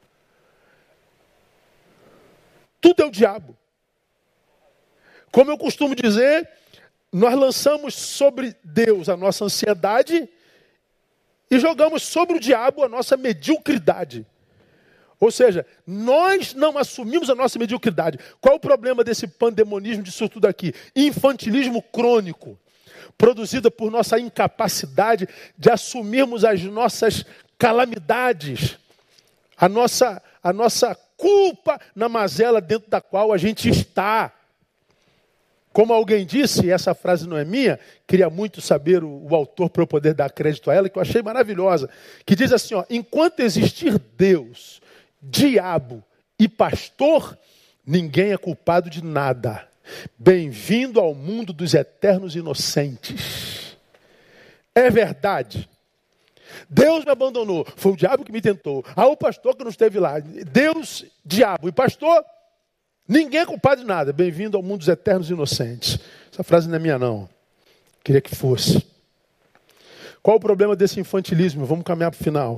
Tudo é o diabo. Como eu costumo dizer, nós lançamos sobre Deus a nossa ansiedade e jogamos sobre o diabo a nossa mediocridade. Ou seja, nós não assumimos a nossa mediocridade. Qual é o problema desse pandemonismo, disso tudo aqui? Infantilismo crônico, produzido por nossa incapacidade de assumirmos as nossas calamidades, a nossa, a nossa culpa na mazela dentro da qual a gente está. Como alguém disse, e essa frase não é minha, queria muito saber o, o autor para eu poder dar crédito a ela, que eu achei maravilhosa, que diz assim, ó, enquanto existir Deus, diabo e pastor, ninguém é culpado de nada. Bem-vindo ao mundo dos eternos inocentes. É verdade. Deus me abandonou, foi o diabo que me tentou. Ah, o pastor que não esteve lá. Deus, diabo e pastor, ninguém é culpado de nada. Bem-vindo ao mundo dos eternos inocentes. Essa frase não é minha, não. Queria que fosse. Qual o problema desse infantilismo? Vamos caminhar para o final.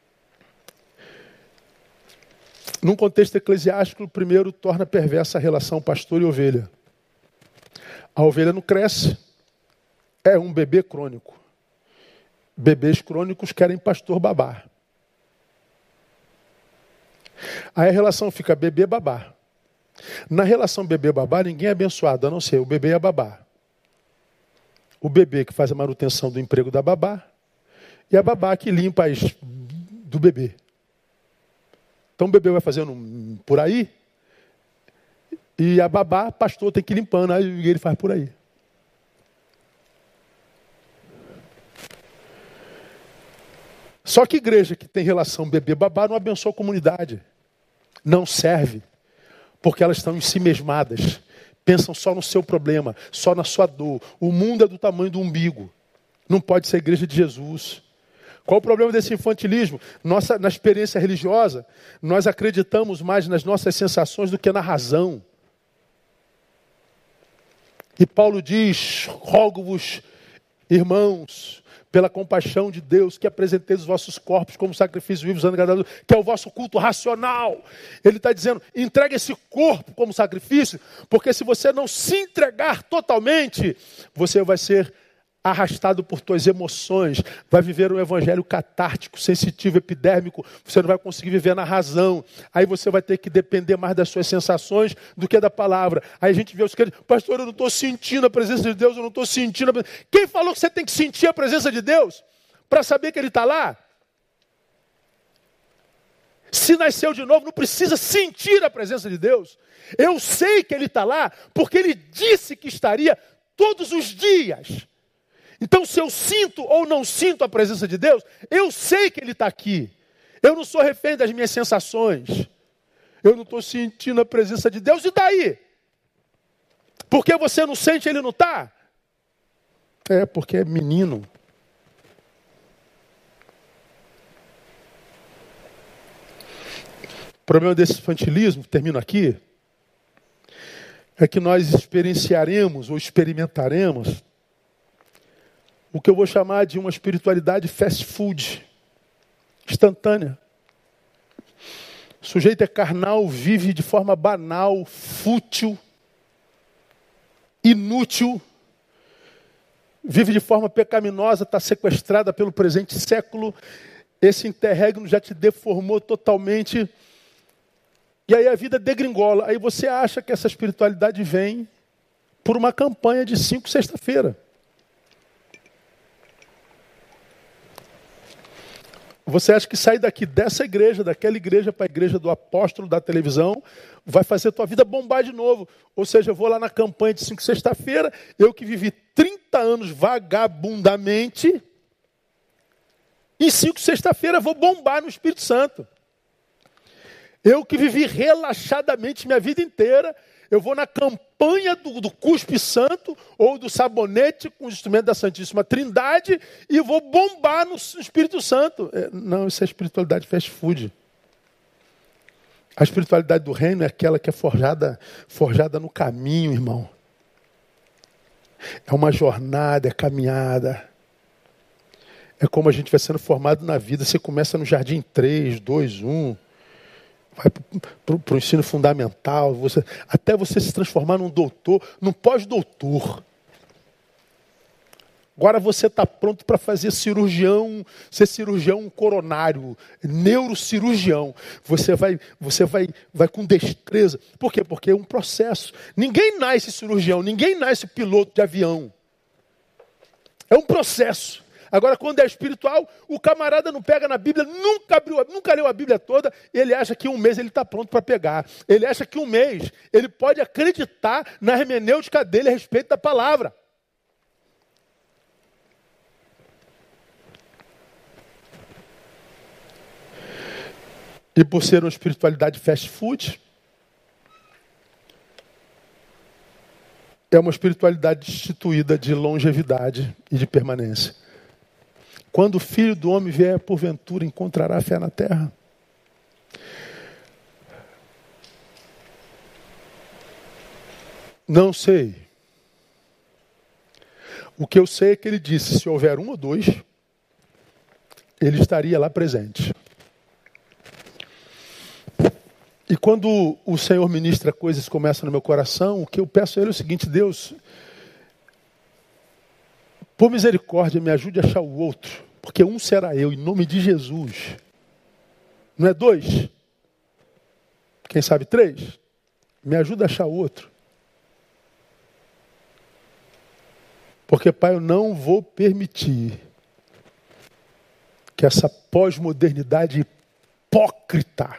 Num contexto eclesiástico, primeiro torna perversa a relação pastor e ovelha. A ovelha não cresce. É um bebê crônico. Bebês crônicos querem pastor babá. Aí a relação fica bebê-babá. Na relação bebê-babá, ninguém é abençoado, a não ser o bebê e a babá. O bebê que faz a manutenção do emprego da babá e a babá que limpa as do bebê. Então o bebê vai fazendo por aí e a babá, pastor, tem que ir limpando, aí ele faz por aí. Só que igreja que tem relação bebê-babá não abençoa a comunidade. Não serve. Porque elas estão em si mesmadas. Pensam só no seu problema, só na sua dor. O mundo é do tamanho do umbigo. Não pode ser a igreja de Jesus. Qual o problema desse infantilismo? Nossa, na experiência religiosa, nós acreditamos mais nas nossas sensações do que na razão. E Paulo diz, rogo-vos, irmãos, pela compaixão de Deus, que apresenteis os vossos corpos como sacrifício vivo, santo e agradável, que é o vosso culto racional. Ele está dizendo, entregue esse corpo como sacrifício, porque se você não se entregar totalmente, você vai ser arrastado por tuas emoções, vai viver um evangelho catártico, sensitivo, epidérmico, você não vai conseguir viver na razão, aí você vai ter que depender mais das suas sensações do que da palavra. Aí a gente vê os crentes, pastor, eu não estou sentindo a presença de Deus, eu não estou sentindo a presença. Quem falou que você tem que sentir a presença de Deus para saber que Ele está lá? Se nasceu de novo, não precisa sentir a presença de Deus. Eu sei que Ele está lá, porque Ele disse que estaria todos os dias. Então, se eu sinto ou não sinto a presença de Deus, eu sei que Ele está aqui. Eu não sou refém das minhas sensações. Eu não estou sentindo a presença de Deus. E daí? Porque você não sente, Ele não está? É, porque é menino. O problema desse infantilismo, termino aqui, é que nós experienciaremos ou experimentaremos o que eu vou chamar de uma espiritualidade fast food, instantânea. O sujeito é carnal, vive de forma banal, fútil, inútil, vive de forma pecaminosa, está sequestrada pelo presente século. Esse interregno já te deformou totalmente. E aí a vida degringola. Aí você acha que essa espiritualidade vem por uma campanha de cinco sexta-feira. Você acha que sair daqui dessa igreja, daquela igreja para a igreja do apóstolo da televisão, vai fazer a tua vida bombar de novo. Ou seja, eu vou lá na campanha de cinco sexta-feira, eu que vivi trinta anos vagabundamente, em cinco sexta-feira vou bombar no Espírito Santo. Eu que vivi relaxadamente minha vida inteira, eu vou na campanha do, do cuspe santo ou do sabonete com os instrumentos da Santíssima Trindade e vou bombar no Espírito Santo. É, não, isso é espiritualidade fast food. A espiritualidade do reino é aquela que é forjada, forjada no caminho, irmão. É uma jornada, é caminhada. É como a gente vai sendo formado na vida. Você começa no jardim três, dois, um... vai para o ensino fundamental, você, até você se transformar num doutor, num pós-doutor. Agora você está pronto para fazer cirurgião, ser cirurgião coronário, neurocirurgião. Você vai, você vai, vai com destreza. Por quê? Porque é um processo. Ninguém nasce cirurgião, ninguém nasce piloto de avião. É um processo. Agora, quando é espiritual, o camarada não pega na Bíblia, nunca abriu, nunca leu a Bíblia toda, ele acha que um mês ele está pronto para pegar. Ele acha que um mês ele pode acreditar na hermenêutica dele a respeito da palavra. E por ser uma espiritualidade fast food, é uma espiritualidade destituída de longevidade e de permanência. Quando o Filho do Homem vier, porventura, encontrará fé na terra? Não sei. O que eu sei é que ele disse, se houver um ou dois, ele estaria lá presente. E quando o Senhor ministra coisas que começam no meu coração, o que eu peço a Ele é o seguinte: Deus, por misericórdia, me ajude a achar o outro, porque um será eu, em nome de Jesus. Não é dois? Quem sabe três? Me ajuda a achar o outro. Porque, Pai, eu não vou permitir que essa pós-modernidade hipócrita,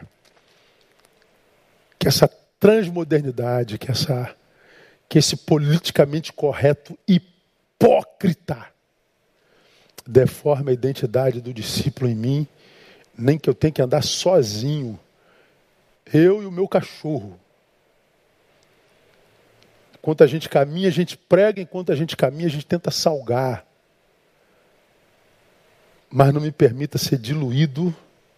que essa transmodernidade, que, essa, que esse politicamente correto hipócrita deforme a identidade do discípulo em mim, nem que eu tenha que andar sozinho, eu e o meu cachorro. Enquanto a gente caminha, a gente prega, enquanto a gente caminha, a gente tenta salgar. mas não me permita ser diluído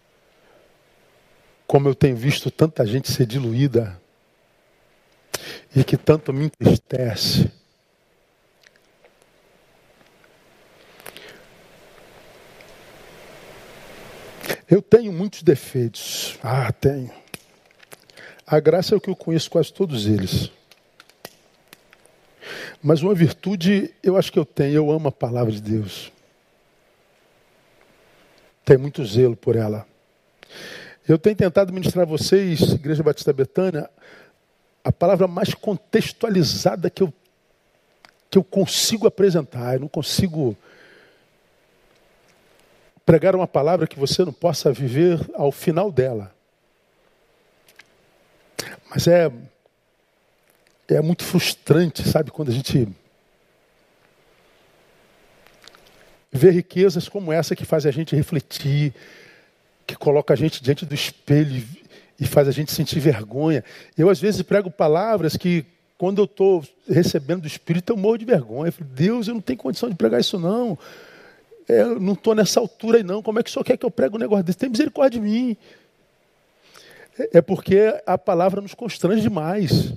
como eu tenho visto tanta gente ser diluída e que tanto me entristece. Eu tenho muitos defeitos. Ah, tenho. A graça é que eu conheço quase todos eles. Mas uma virtude eu acho que eu tenho. Eu amo a palavra de Deus. Tenho muito zelo por ela. Eu tenho tentado ministrar a vocês, Igreja Batista Betânia, a palavra mais contextualizada que eu, que eu consigo apresentar. Eu não consigo pregar uma palavra que você não possa viver ao final dela. Mas é, é muito frustrante, sabe, quando a gente vê riquezas como essa que faz a gente refletir, que coloca a gente diante do espelho e faz a gente sentir vergonha. Eu, às vezes, prego palavras que, quando eu estou recebendo do Espírito, eu morro de vergonha. Eu falo, Deus, eu não tenho condição de pregar isso, não. Eu não estou nessa altura aí, não. Como é que o Senhor quer que eu pregue um negócio desse? Tem misericórdia de mim. É porque a palavra nos constrange demais.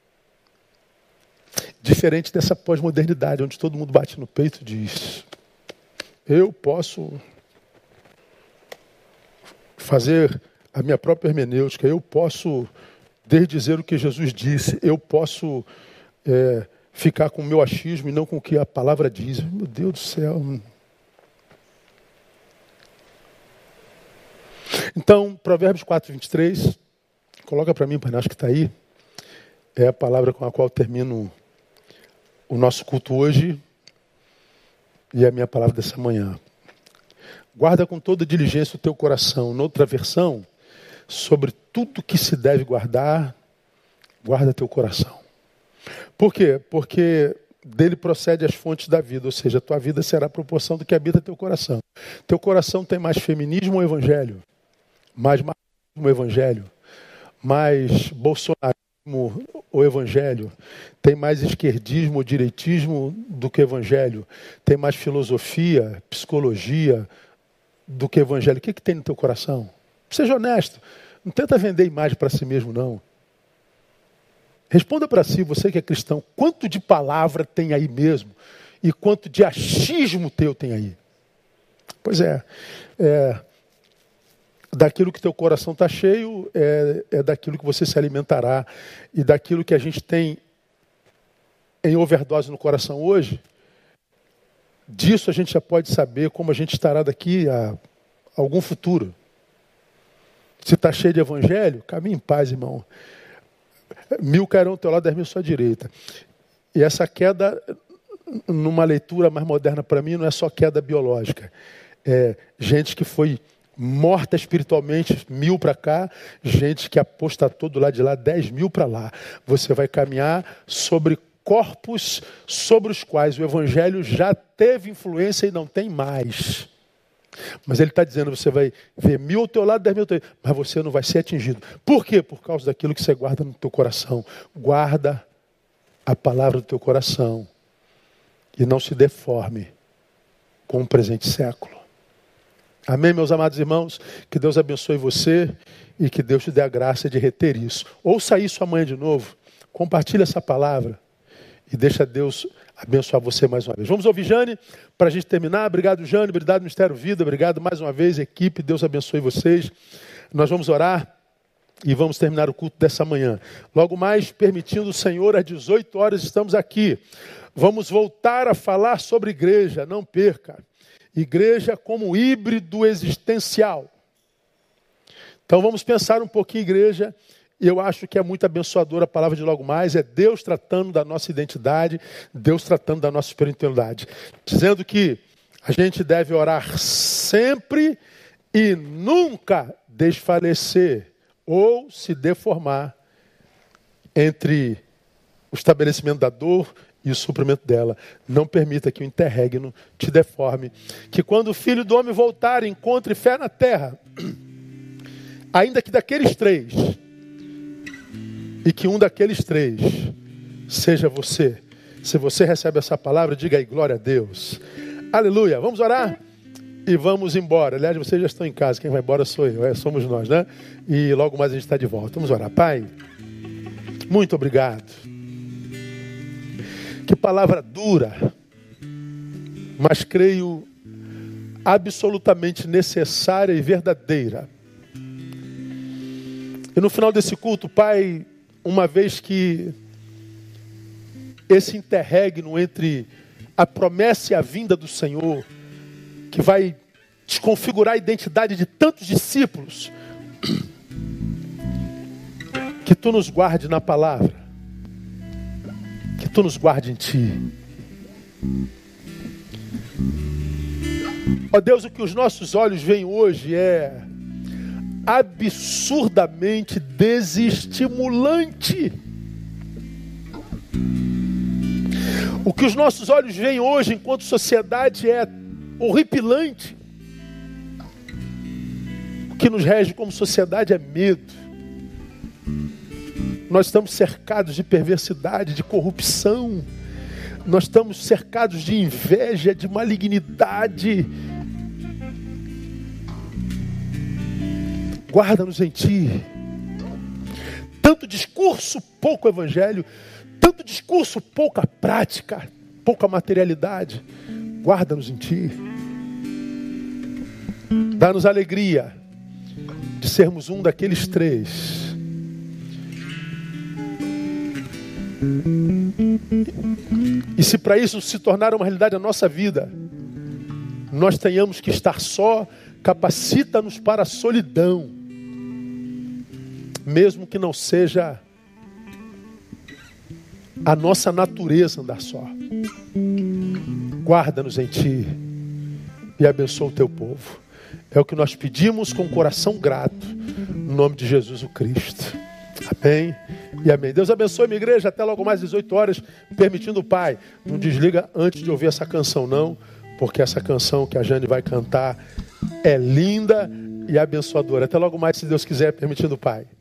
Diferente dessa pós-modernidade, onde todo mundo bate no peito e diz, eu posso fazer a minha própria hermenêutica, eu posso desdizer o que Jesus disse, eu posso é, ficar com o meu achismo e não com o que a palavra diz. Meu Deus do céu. Então, Provérbios quatro, vinte e três, coloca para mim, Pai, acho que está aí, é a palavra com a qual termino o nosso culto hoje e a minha palavra dessa manhã. Guarda com toda diligência o teu coração. Noutra versão, sobre tudo que se deve guardar, guarda teu coração. Por quê? Porque dele procede as fontes da vida, ou seja, a tua vida será a proporção do que habita teu coração. Teu coração tem mais feminismo ou evangelho? Mais machismo ou evangelho? Mais bolsonarismo ou evangelho? Tem mais esquerdismo ou direitismo do que evangelho? Tem mais filosofia, psicologia do que evangelho? O que, que tem no teu coração? Seja honesto. Não tenta vender imagem para si mesmo, não. Responda para si, você que é cristão, quanto de palavra tem aí mesmo? E quanto de achismo teu tem aí? Pois é, é daquilo que teu coração está cheio, é, é daquilo que você se alimentará. E daquilo que a gente tem em overdose no coração hoje, disso a gente já pode saber como a gente estará daqui a algum futuro. Se está cheio de evangelho, caminhe em paz, irmão. Mil cairão ao teu lado, dez mil à sua direita. E essa queda, numa leitura mais moderna para mim, não é só queda biológica. É gente que foi morta espiritualmente, mil para cá, gente que apostatou do lado de lá, dez mil para lá. Você vai caminhar sobre corpos sobre os quais o evangelho já teve influência e não tem mais. Mas ele está dizendo, você vai ver mil ao teu lado, dez mil ao teu lado, mas você não vai ser atingido. Por quê? Por causa daquilo que você guarda no teu coração. Guarda a palavra do teu coração e não se deforme com o presente século. Amém, meus amados irmãos? Que Deus abençoe você e que Deus te dê a graça de reter isso. Ouça isso amanhã de novo. Compartilhe essa palavra e deixa Deus abençoar você mais uma vez. Vamos ouvir Jane para a gente terminar. Obrigado, Jane. Obrigado, Ministério Vida. Obrigado mais uma vez, equipe. Deus abençoe vocês. Nós vamos orar e vamos terminar o culto dessa manhã. Logo mais, permitindo o Senhor, às dezoito horas estamos aqui. Vamos voltar a falar sobre igreja. Não perca. Igreja como híbrido existencial. Então vamos pensar um pouquinho igreja. E eu acho que é muito abençoadora a palavra de logo mais. É Deus tratando da nossa identidade, Deus tratando da nossa espiritualidade. Dizendo que a gente deve orar sempre e nunca desfalecer ou se deformar entre o estabelecimento da dor e o suprimento dela. Não permita que o interregno te deforme. Que quando o Filho do Homem voltar, encontre fé na terra. Ainda que daqueles três... E que um daqueles três seja você. Se você recebe essa palavra, diga aí, glória a Deus. Aleluia. Vamos orar? e vamos embora. Aliás, vocês já estão em casa, quem vai embora sou eu, é, somos nós, né? E logo mais a gente está de volta. Vamos orar. Pai, muito obrigado. Que palavra dura, mas creio absolutamente necessária e verdadeira. E no final desse culto, Pai, uma vez que esse interregno entre a promessa e a vinda do Senhor, que vai desconfigurar a identidade de tantos discípulos, que Tu nos guarde na palavra, que Tu nos guarde em Ti. Ó Deus, o que os nossos olhos veem hoje é absurdamente desestimulante. O que os nossos olhos veem hoje enquanto sociedade é horripilante. O que nos rege como sociedade é medo. Nós estamos cercados de perversidade, de corrupção. Nós estamos cercados de inveja, de malignidade. Guarda-nos em Ti. Tanto discurso, pouco evangelho. Tanto discurso, pouca prática, pouca materialidade. Guarda-nos em Ti. Dá-nos alegria de sermos um daqueles três. E se para isso se tornar uma realidade a nossa vida, nós tenhamos que estar só, capacita-nos para a solidão. Mesmo que não seja a nossa natureza andar só. Guarda-nos em Ti e abençoa o Teu povo. É o que nós pedimos com o coração grato, no nome de Jesus o Cristo. Amém e amém. Deus abençoe a minha igreja até logo mais dezoito horas, permitindo o Pai. Não desliga antes de ouvir essa canção não, porque essa canção que a Jane vai cantar é linda e abençoadora. Até logo mais, se Deus quiser, permitindo o Pai.